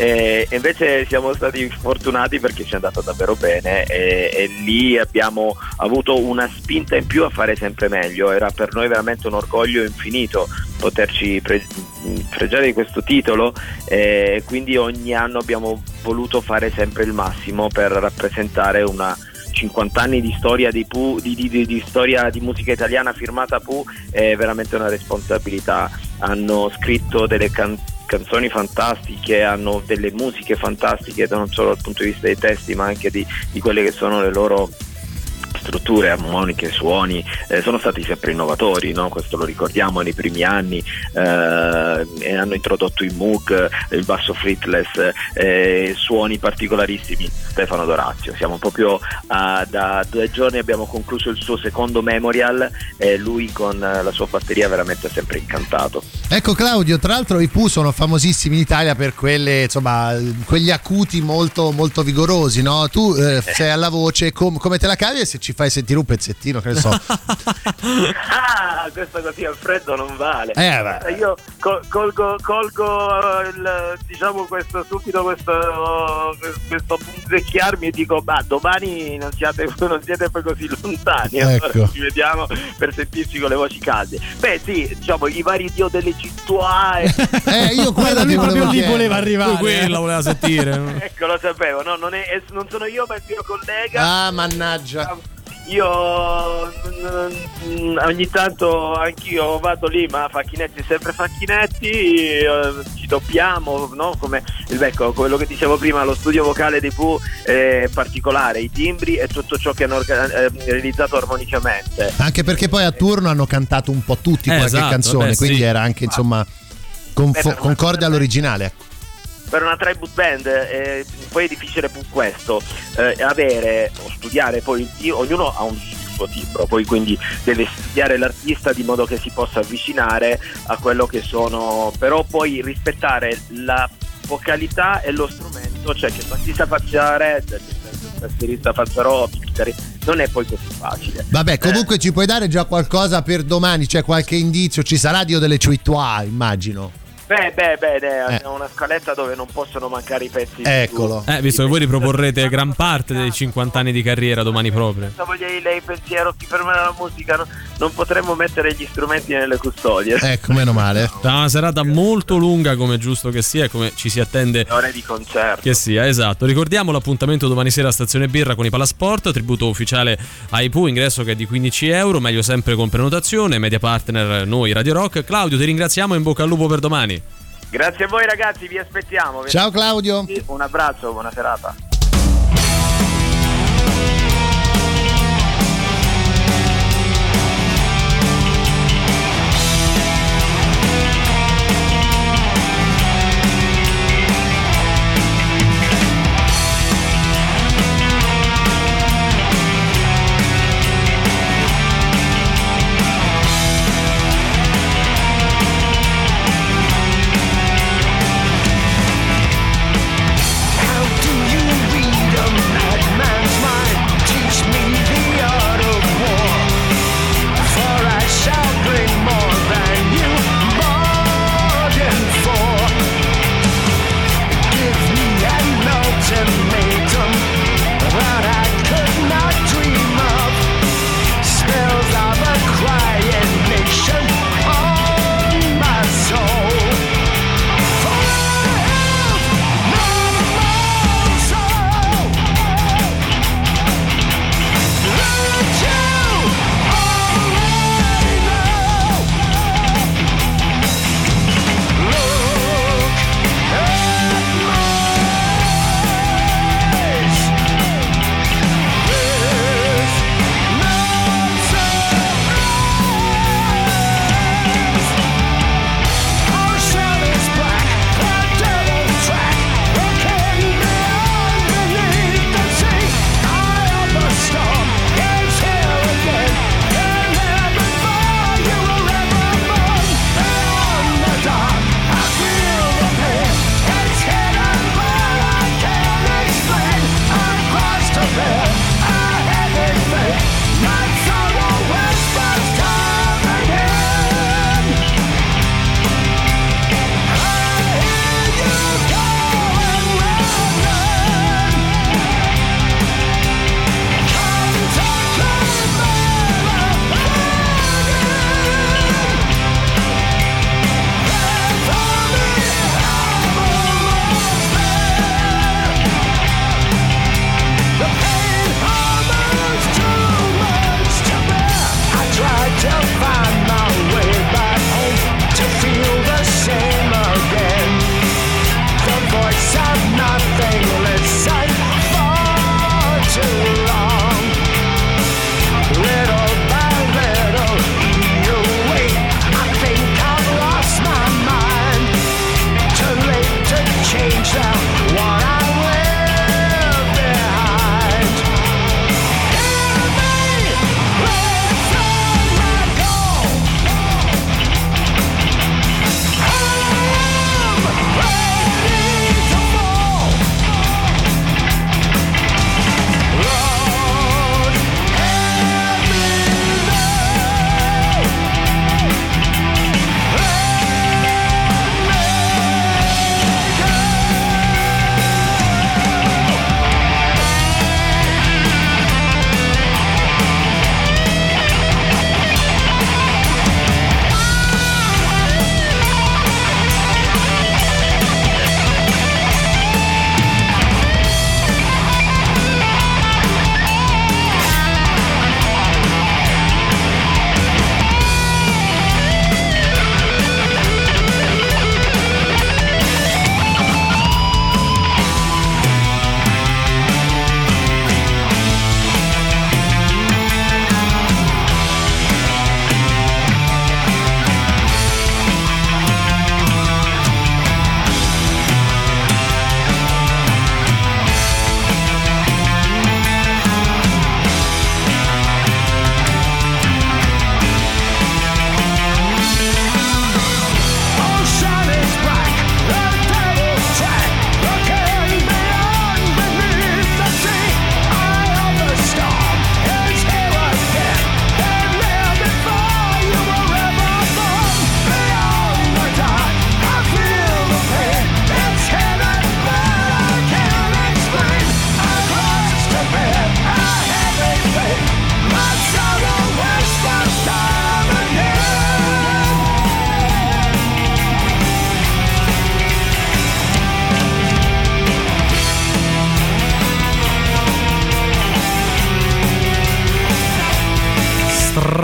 e invece siamo stati fortunati perché ci è andato davvero bene, e lì abbiamo avuto una spinta in più a fare sempre meglio. Era per noi veramente un orgoglio infinito poterci fregiare di questo titolo, e quindi ogni anno abbiamo voluto fare sempre il massimo per rappresentare una 50 anni di storia dei Pooh, di storia di musica italiana firmata Pooh. È veramente una responsabilità. Hanno scritto delle canzoni fantastiche, hanno delle musiche fantastiche, non solo dal punto di vista dei testi, ma anche di quelle che sono le loro strutture armoniche, suoni. Sono stati sempre innovatori, no? Questo lo ricordiamo nei primi anni, e hanno introdotto il Moog, il basso fretless, suoni particolarissimi. Stefano Dorazio, siamo proprio da 2 giorni abbiamo concluso il suo secondo memorial, e lui con la sua batteria veramente sempre incantato. Ecco Claudio, tra l'altro i Pooh sono famosissimi in Italia per quelle, insomma, quegli acuti molto molto vigorosi, no? Tu sei alla voce, come te la cavi, e se ci fai sentire un pezzettino, che ne so. Questo così al freddo non vale. Io colgo diciamo questo punzecchiarmi e dico, domani non siete poi così lontani, ecco. Allora ci vediamo per sentirci con le voci calde. Beh sì, diciamo i vari dio delle città. Io guarda, lui proprio lì voleva arrivare. Quella voleva sentire. Ecco, lo sapevo, no, non sono io, ma il mio collega. Ah, mannaggia. Io ogni tanto anch'io vado lì, ma Facchinetti sempre Facchinetti, ci doppiamo, no? Come ecco, quello che dicevo prima, lo studio vocale dei Pooh è particolare, i timbri e tutto ciò che hanno realizzato armonicamente. Anche perché poi a turno hanno cantato un po' tutti qualche canzone, quindi era anche insomma concorde all'originale. Per una tribute band poi è difficile questo, avere o studiare, poi ognuno ha un suo timbro, poi quindi deve studiare l'artista di modo che si possa avvicinare a quello che sono, però poi rispettare la vocalità e lo strumento, cioè che il bassista faccia Red, che il tastierista faccia rock, non è poi così facile. Vabbè, comunque ci puoi dare già qualcosa per domani, c'è qualche indizio? Ci sarà Dio delle Ciuità, immagino. È una scaletta dove non possono mancare i pezzi. Eccolo. Visto che voi riproporrete gran parte dei 50 anni di carriera domani proprio. Se voglio lei pensiero ti fermerà la musica, non potremmo mettere gli strumenti nelle custodie. Ecco, meno male. Una serata molto lunga, come giusto che sia, e come ci si attende ore di concerto che sia, esatto. Ricordiamo l'appuntamento domani sera a Stazione Birra con i Palasport, tributo ufficiale ai Pooh, ingresso che è di 15 euro, meglio sempre con prenotazione, media partner noi Radio Rock. Claudio, ti ringraziamo e in bocca al lupo per domani. Grazie a voi ragazzi, vi aspettiamo. Ciao Claudio. Un abbraccio, buona serata.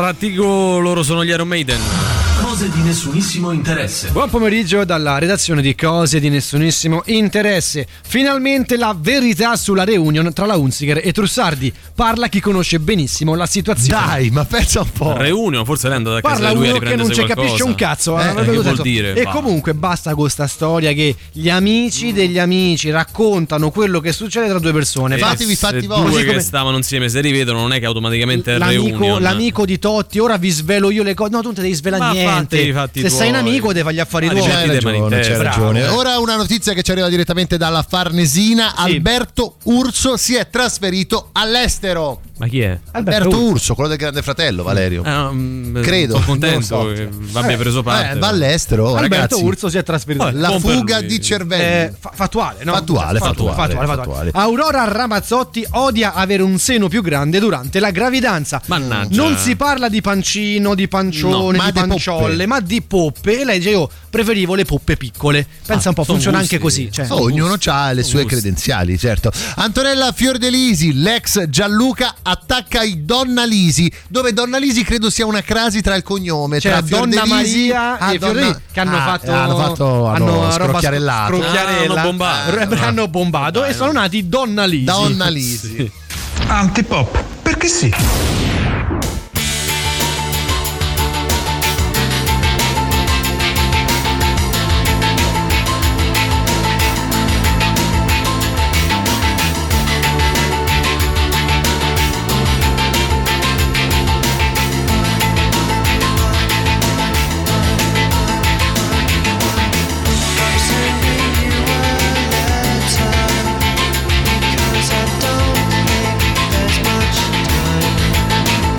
Ratigo, loro sono gli Iron Maiden. Cose di nessunissimo interesse. Buon pomeriggio dalla redazione di Cose di nessunissimo interesse. Finalmente la verità sulla reunion tra la Hunziker e Trussardi. Parla chi conosce benissimo la situazione. Dai, ma pensa un po'. Reunion, forse lei è andato a casa Parla di lui a uno che non ci riprendersi capisce un cazzo. Che vuol dire? E comunque basta con sta storia che gli amici degli amici raccontano quello che succede tra due persone. Fatevi Se voi. due che stavano insieme se rivedono non è che automaticamente è reunion. L'amico di Totti, ora vi svelo io le cose. No, tu non te devi svelare niente. Fatti se sei un amico devi fare gli affari tuoi. C'hai ragione. Ora una notizia che ci arriva direttamente dalla Farnesina. Sì. Alberto Urso si è trasferito all'estero. Ma chi è? Alberto Urso, quello del Grande Fratello, Valerio. Credo. Sono contento che abbia preso parte. Va all'estero, Alberto ragazzi. Urso si è trasferito. La fuga di cervelli. Fattuale, no? Fattuale. Aurora Ramazzotti odia avere un seno più grande durante la gravidanza. Mannaggia. Non si parla di pancino, di pancione, di panciolle, ma di poppe. E lei dice: io preferivo le poppe piccole. Pensa un po', funziona anche così. Cioè. Ognuno ha le sue credenziali, certo. Antonella Fiordelisi, l'ex Gianluca attacca i Donnalisi, dove Donnalisi credo sia una crasi tra il cognome, cioè tra Donna Maria e Fiordelisi che hanno scrocchiarellato, hanno bombato e sono nati Donnalisi. Sì. Antipop, perché sì. Cause I don't think there's much time.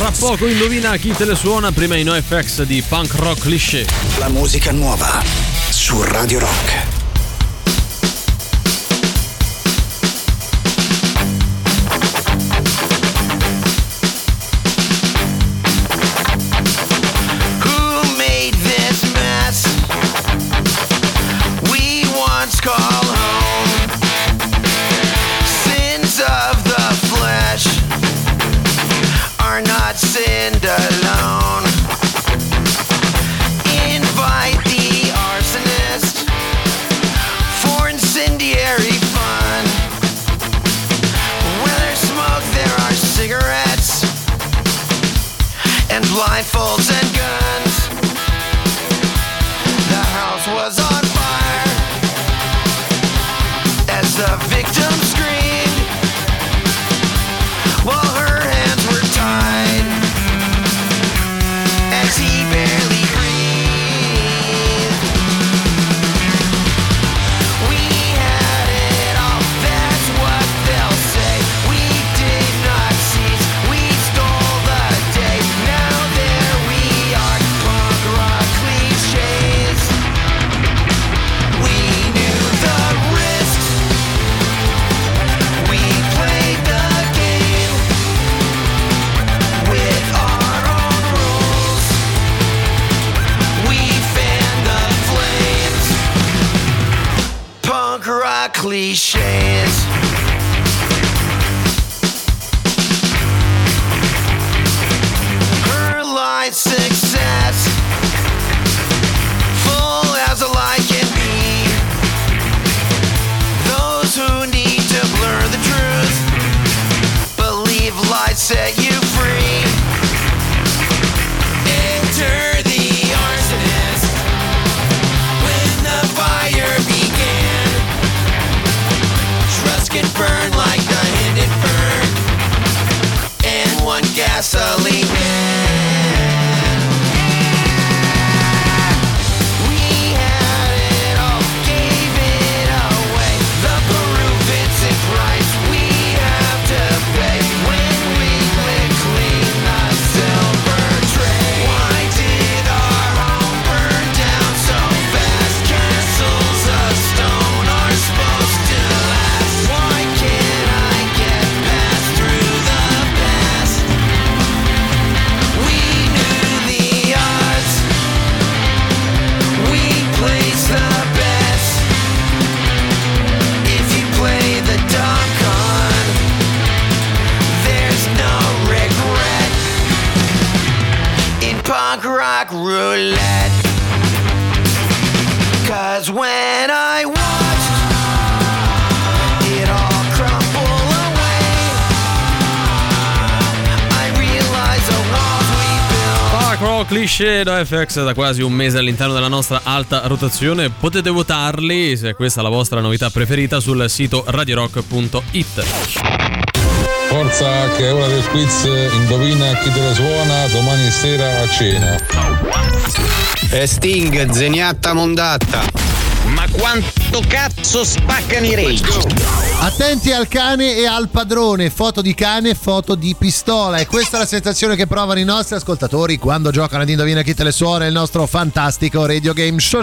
Tra poco indovina chi te le suona, prima i NoFX di Punk Rock Cliché. La musica nuova su Radio Rock. Call home. Sins of the flesh are not sinned alone. Invite the arsonist for incendiary fun. Where there's smoke, there are cigarettes and blindfolds and guns. The house was on fire as the victim screamed while her hands were tied as he barely breathed. We had it all, that's what they'll say. We did not cease, we stole the day. Now there we are, punk rock cliches. We knew the risks, we played the game with our own rules. We fanned the flames. Punk rock cliches. Her life success, full as a lie can be. Those who need to blur the truth believe lies set you free. Enter the arsonist when the fire began. Trust can burn like the Hindenburg and one gasoline can. We had it all, gave it away. The Peru Vincent price we have to pay when we lick clean the silver tray. Why did our home burn down so fast? Castles of stone are supposed to last. Why can't I get past through the past? We knew the odds, we placed the bets. If you play the dumb con, there's no regret in punk rock roulette. 'Cause when I watched it all crumble away, I realized the walls we built. Punk Rock Cliché NoFX da quasi un mese all'interno della nostra alta rotazione. Potete votarli, se questa è la vostra novità preferita, sul sito radiorock.it. Forza che è ora del quiz, indovina chi te la suona domani sera a cena. Sting, zeniatta mondatta. Ma quanto cazzo spaccano i rage? Attenti al cane e al padrone, foto di cane, foto di pistola. E questa è la sensazione che provano i nostri ascoltatori quando giocano ad Indovina chi te le suona, il nostro fantastico radio game show.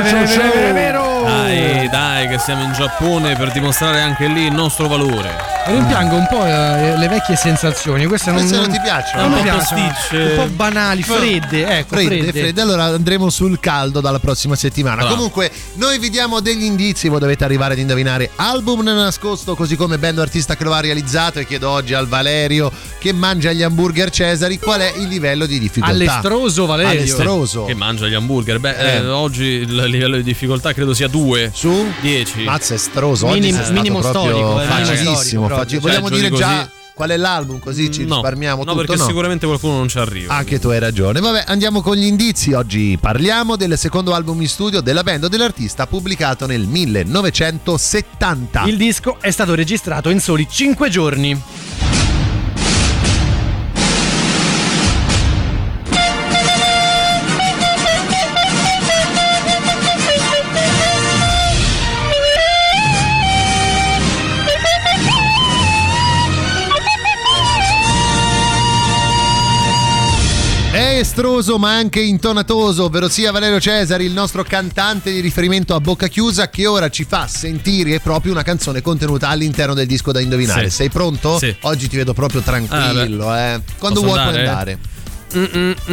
Dai, che siamo in Giappone per dimostrare anche lì il nostro valore. Rimpiango un po' le vecchie sensazioni. Queste non ti piacciono? Non mi piacciono. Un po' banali, fredde. Ecco, fredde. Allora andremo sul caldo dalla prossima settimana. Bravo. Comunque noi vi diamo degli indizi, voi dovete arrivare ad indovinare album nascosto, così come band o artista che lo ha realizzato. E chiedo oggi al Valerio che mangia gli hamburger Cesari qual è il livello di difficoltà. All'estroso Valerio. All'estroso. Che mangia gli hamburger. Oggi il livello di difficoltà credo sia 2 su 10. Mazza, estroso. Minimo storico. Facilissimo. Vogliamo dire così. Già qual è l'album, così ci risparmiamo tutto. No, perché sicuramente qualcuno non ci arriva. Anche tu hai ragione. Vabbè, andiamo con gli indizi. Oggi parliamo del secondo album in studio della band o dell'artista, pubblicato nel 1970. Il disco è stato registrato in soli 5 giorni. finestroso ma anche intonatoso, ovvero sia Valerio Cesari, il nostro cantante di riferimento a bocca chiusa, che ora ci fa sentire proprio una canzone contenuta all'interno del disco da indovinare. Sì. Sei pronto? Sì. Oggi ti vedo proprio tranquillo, Quando Posso vuoi andare? puoi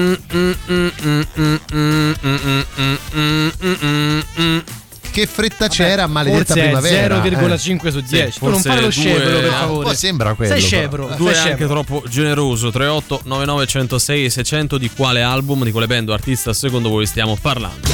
andare. Che fretta c'era, maledetta forse primavera. 0,5 su 10. Sì, tu non fai lo scevro, per Un favore. po' sembra quello. Sei scevro. Due sei è anche scevro. troppo generoso. 38 99 106 600. Di quale album, di quale band o artista secondo voi stiamo parlando?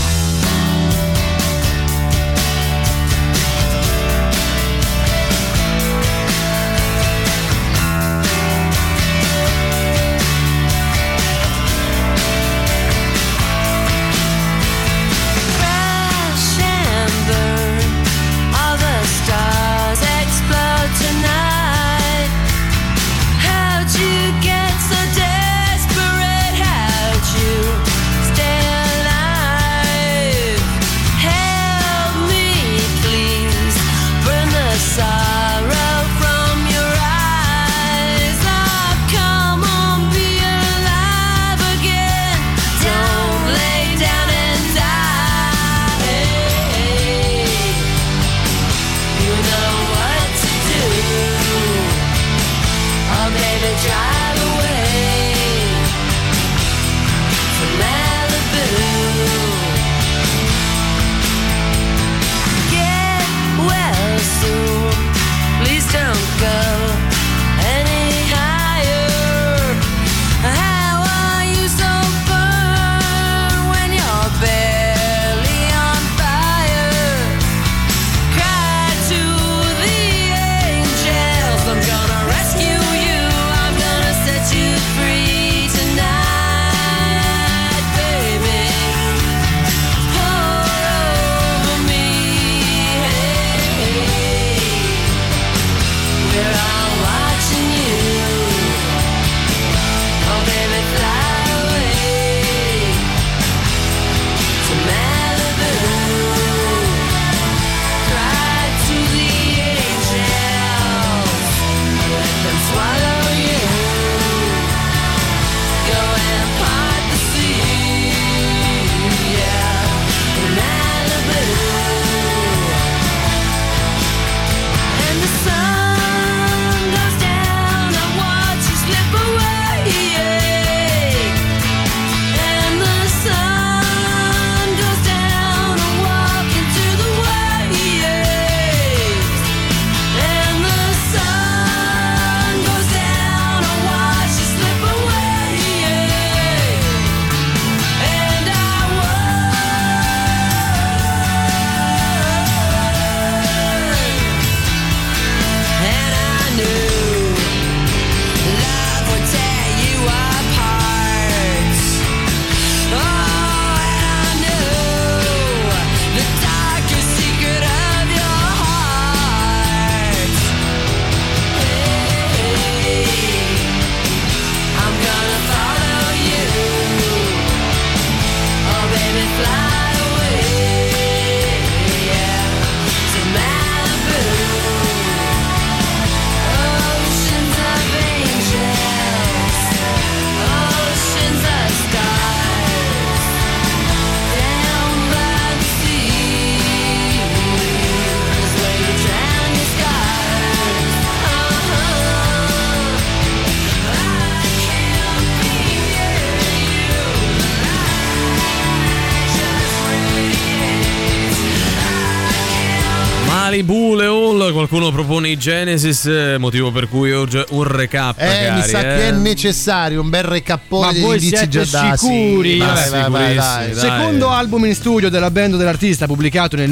Qualcuno propone i Genesis, motivo per cui urge un recap. Mi sa che è necessario un bel recappone degli indizi già dati. Sicuri? Vai. Secondo album in studio della band o dell'artista, pubblicato nel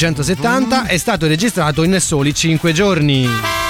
1970, è stato registrato in soli 5 giorni.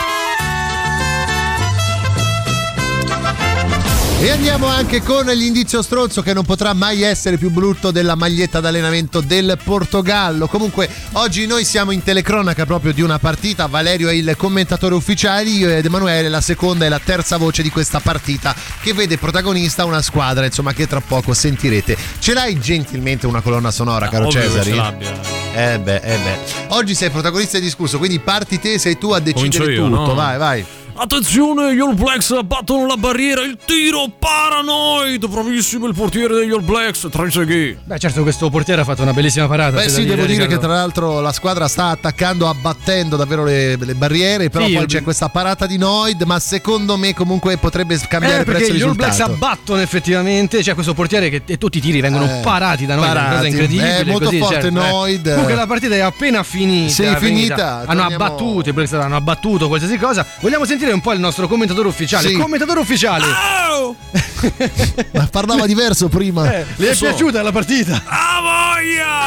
E andiamo anche con l'indizio stronzo, che non potrà mai essere più brutto della maglietta d'allenamento del Portogallo. Comunque oggi noi siamo in telecronaca proprio di una partita. Valerio è il commentatore ufficiale, io ed Emanuele la seconda e la terza voce di questa partita, che vede protagonista una squadra, insomma, che tra poco sentirete. Ce l'hai gentilmente una colonna sonora, caro Cesari? Ce l'abbia. Oggi sei protagonista del discorso, quindi parti te, sei tu a decidere tutto. No? Vai. Attenzione, gli All Blacks abbattono la barriera, il tiro paranoid, bravissimo il portiere degli All Blacks, Trezeguet. Beh, certo, questo portiere ha fatto una bellissima parata. Beh sì, devo dire che tra l'altro la squadra sta attaccando, abbattendo davvero le barriere, però poi c'è questa parata di Noid, ma secondo me comunque potrebbe cambiare il prezzo risultato. Perché gli All Blacks abbattono effettivamente, c'è questo portiere che e tutti i tiri vengono parati da Noid, è una cosa incredibile. È molto così, forte, certo, Noid. Comunque la partita è appena finita. Sì, finita. Hanno abbattuto, i Blacks hanno abbattuto qualsiasi cosa. Vogliamo sentire un po' il nostro commentatore ufficiale. Sì. Commentatore ufficiale. Oh! Ma parlava diverso prima. Le è piaciuta la partita? Ah,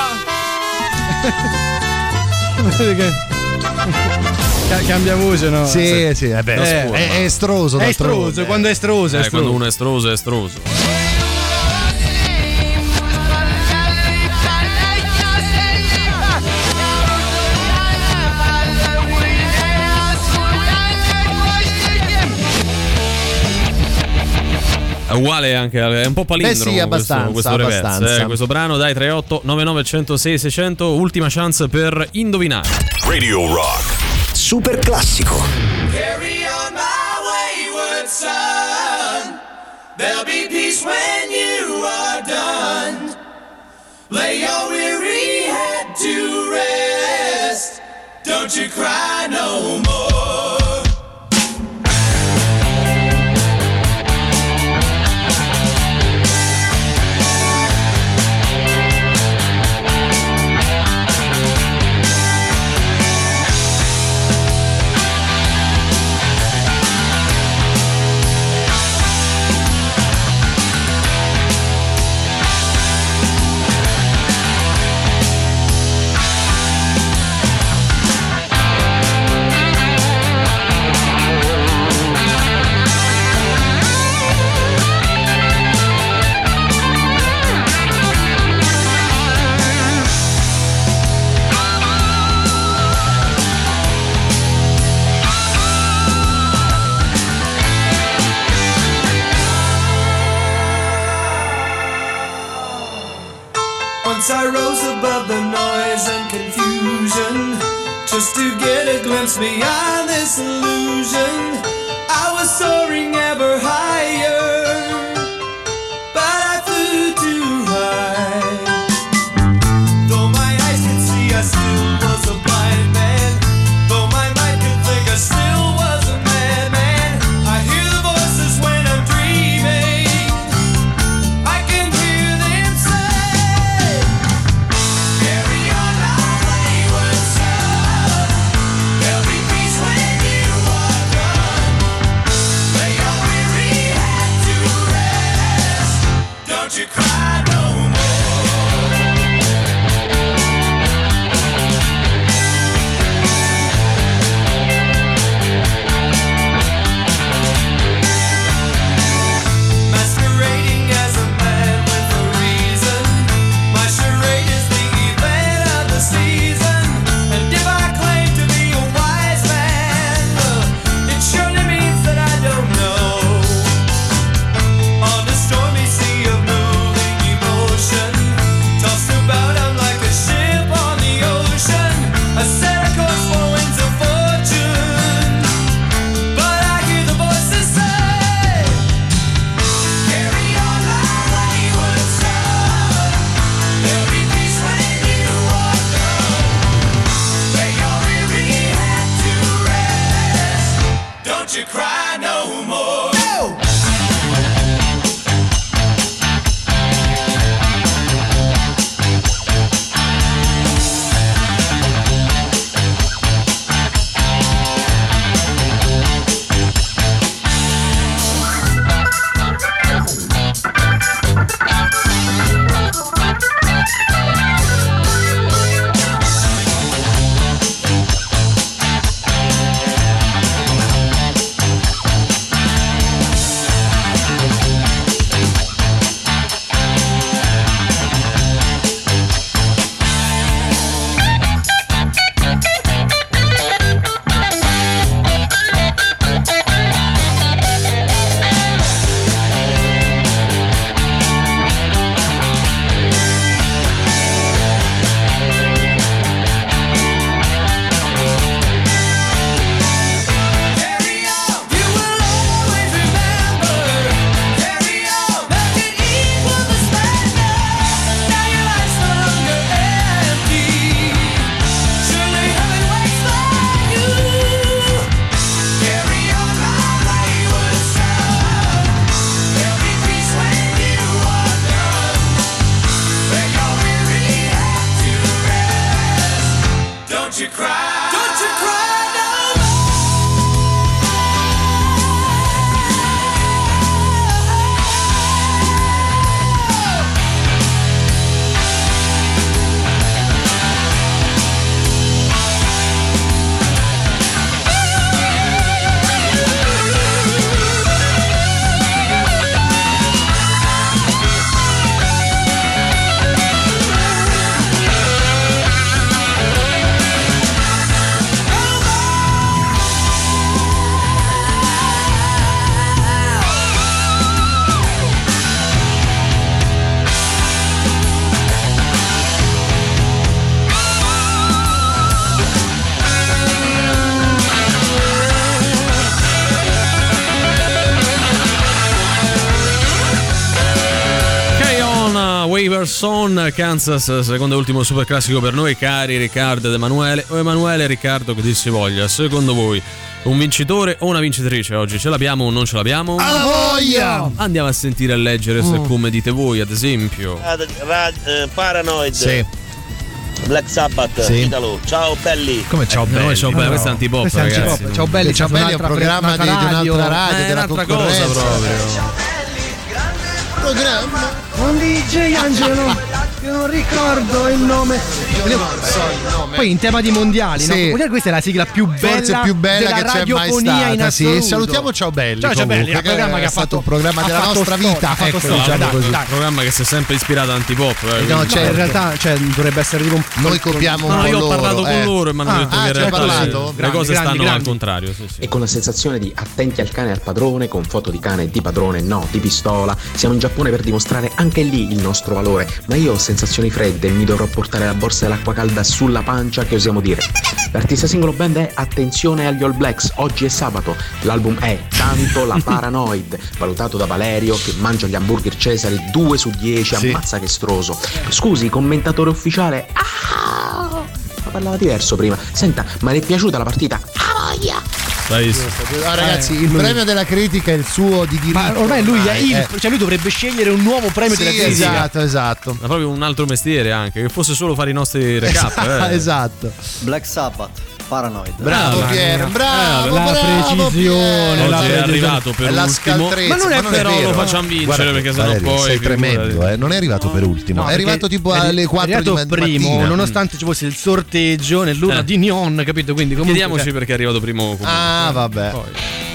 voglia! Cambia voce, no? Sì, è estroso. È estroso, quando è estroso. Quando uno è estroso, è estroso. È uguale anche, è un po' palindromo. Sì, abbastanza, questo reverse, questo brano. Dai, 38 99 106 600, ultima chance per indovinare. Radio Rock super classico. Carry on my wayward son. There'll be peace when you are done. Lay your weary head to rest. Don't you cry no more. Once I rose above the noise and confusion, just to get a glimpse beyond this illusion. I was soaring ever higher, but I flew too high. Though my eyes could see, I still was a blind man. Though my mind could think, I still was a madman. I hear the voices when I'm dreaming. I can hear them say, carry on our wayward son. There'll be peace when you are done. Lay your weary head to rest. Don't you cry no more. Masquerading as a man with a reason. My charade is the event of the season. And if I claim to be a wise man, it surely means that I don't know. On the stormy sea of moving emotion, tossed about I'm like a ship on the ocean. I set a course for winds of fortune, but I hear the voices say, carry on my wayward son. There'll be peace when you are done. Lay your weary head to rest. Don't you cry no more. No! Riverson, Kansas, secondo e ultimo super classico per noi, cari Riccardo ed Emanuele. O Emanuele e Riccardo, che dir si voglia, secondo voi un vincitore o una vincitrice oggi? Ce l'abbiamo o non ce l'abbiamo? A voglia! Andiamo a sentire e leggere come dite voi, ad esempio. Paranoid. Sì. Black Sabbath, Sì. Italo. Ciao belli. Come ciao belli? Ciao belli, questo è antipop, Questo è ragazzi. antipop. Ciao belli, Ciao belli è un programma di un'altra radio, della un'altra cosa concorrenza. proprio. Programma. Un DJ Angelo, io non ricordo il nome. Io non so il nome. Poi in tema di mondiali, Sì. no? Questa è la sigla più bella, Forse più bella della che c'è mai radiofonia in stata. Sì, assoluto. salutiamo Ciao Belli. Ciao Belli, comunque, il programma che ha è stato fatto un programma della fatto nostra storia, vita. ha fatto Ecco, storia, diciamo dai, così. Un programma che si è sempre ispirato a antipop. No, No, certo. in realtà dovrebbe essere tipo un Noi copiamo un No, po' io ho loro. parlato con loro e mi hanno detto che in ci hai realtà parlato? le cose stanno al grandi. contrario. Sì, sì. E con la sensazione di attenti al cane e al padrone, con foto di cane di padrone, no, di pistola. Siamo in Giappone per dimostrare anche lì il nostro valore, ma io ho sensazioni fredde e mi dovrò portare la borsa dell'acqua calda sulla pancia, che osiamo dire. L'artista singolo band è Attenzione agli All Blacks, oggi è sabato. L'album è Tanto la Paranoid, valutato da Valerio che mangia gli hamburger Cesari 2 su 10, Sì. ammazza che stroso. Scusi, commentatore ufficiale. Ma parlava diverso prima. Senta, ma le è piaciuta la partita? Ah, voglia! Ragazzi, il premio della critica è il suo di diritto. Ma ormai lui è cioè lui dovrebbe scegliere un nuovo premio della critica. Esatto. Ma proprio un altro mestiere anche, che fosse solo fare i nostri recap. Esatto. Black Sabbath, Paranoid. Bravo Pier, bravo, la precisione, Oggi la è arrivato per è la ultimo. scaltrezza. Ma non è però vero. lo facciamo vincere. Guarda, perché sennò Valerio, poi sei tremendo, non è arrivato per ultimo, No, è arrivato tipo alle 4 è di arrivato primo, mattina. nonostante ci fosse il sorteggio nell'urna di Neon, capito? Quindi comunque Chiediamoci perché è arrivato primo comunque. Ah, vabbè. Poi.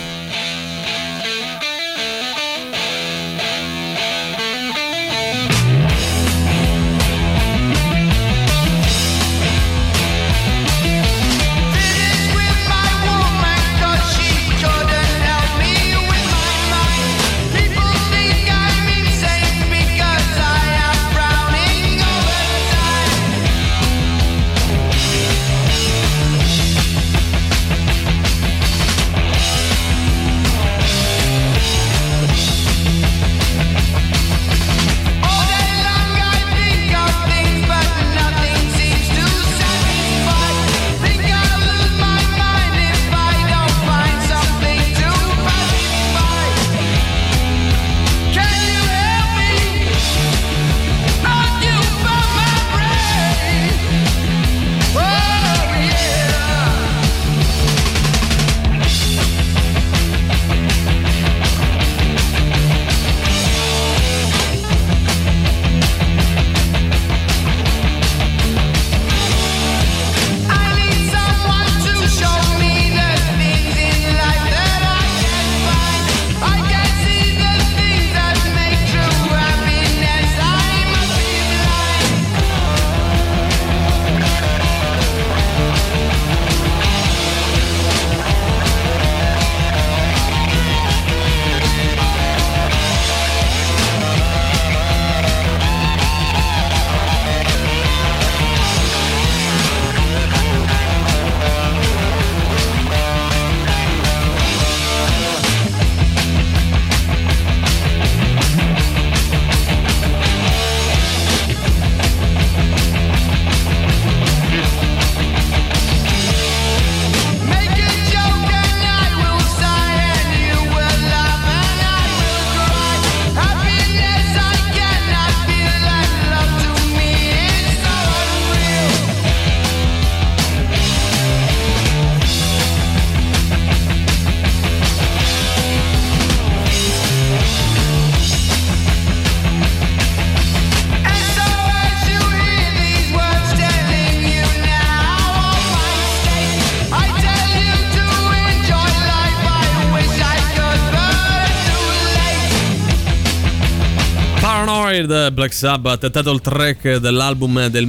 Black Sabbath, title track dell'album del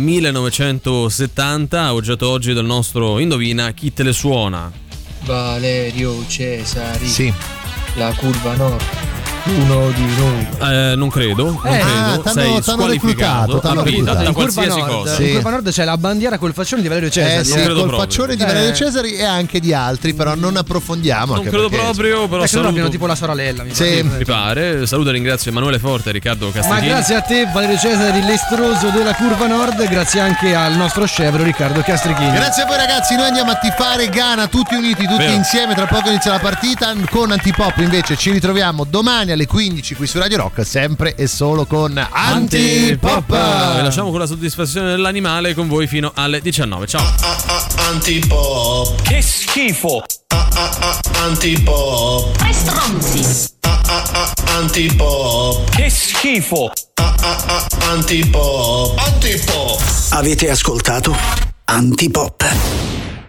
1970, oggetto oggi del nostro Indovina chi te le suona. Valerio Cesari. Sì. La curva nord. qualcuno di noi. Non credo. Sei squalificato da qualsiasi cosa. In Curva Nord c'è la bandiera col faccione di Valerio Cesari. Sì, col faccione di Valerio Cesari e anche di altri, però non approfondiamo. Non credo proprio, però saluto. Abbiano tipo la sorella, mi pare. Saluto e ringrazio Emanuele Forte e Riccardo Castrichini. Ma grazie a te Valerio Cesari, l'estroso della Curva Nord, grazie anche al nostro scevro Riccardo Castrichini. Grazie a voi ragazzi, noi andiamo a tifare Ghana tutti uniti, tutti insieme, tra poco inizia la partita. Con Antipop invece ci ritroviamo domani alle 15 qui su Radio Rock, sempre e solo con Antipop. Vi lasciamo con la soddisfazione dell'animale con voi fino alle 19. Ciao. Antipop. Che schifo. Antipop. Tre stronzi. Antipop. Che schifo. Antipop. Antipop. Avete ascoltato Antipop.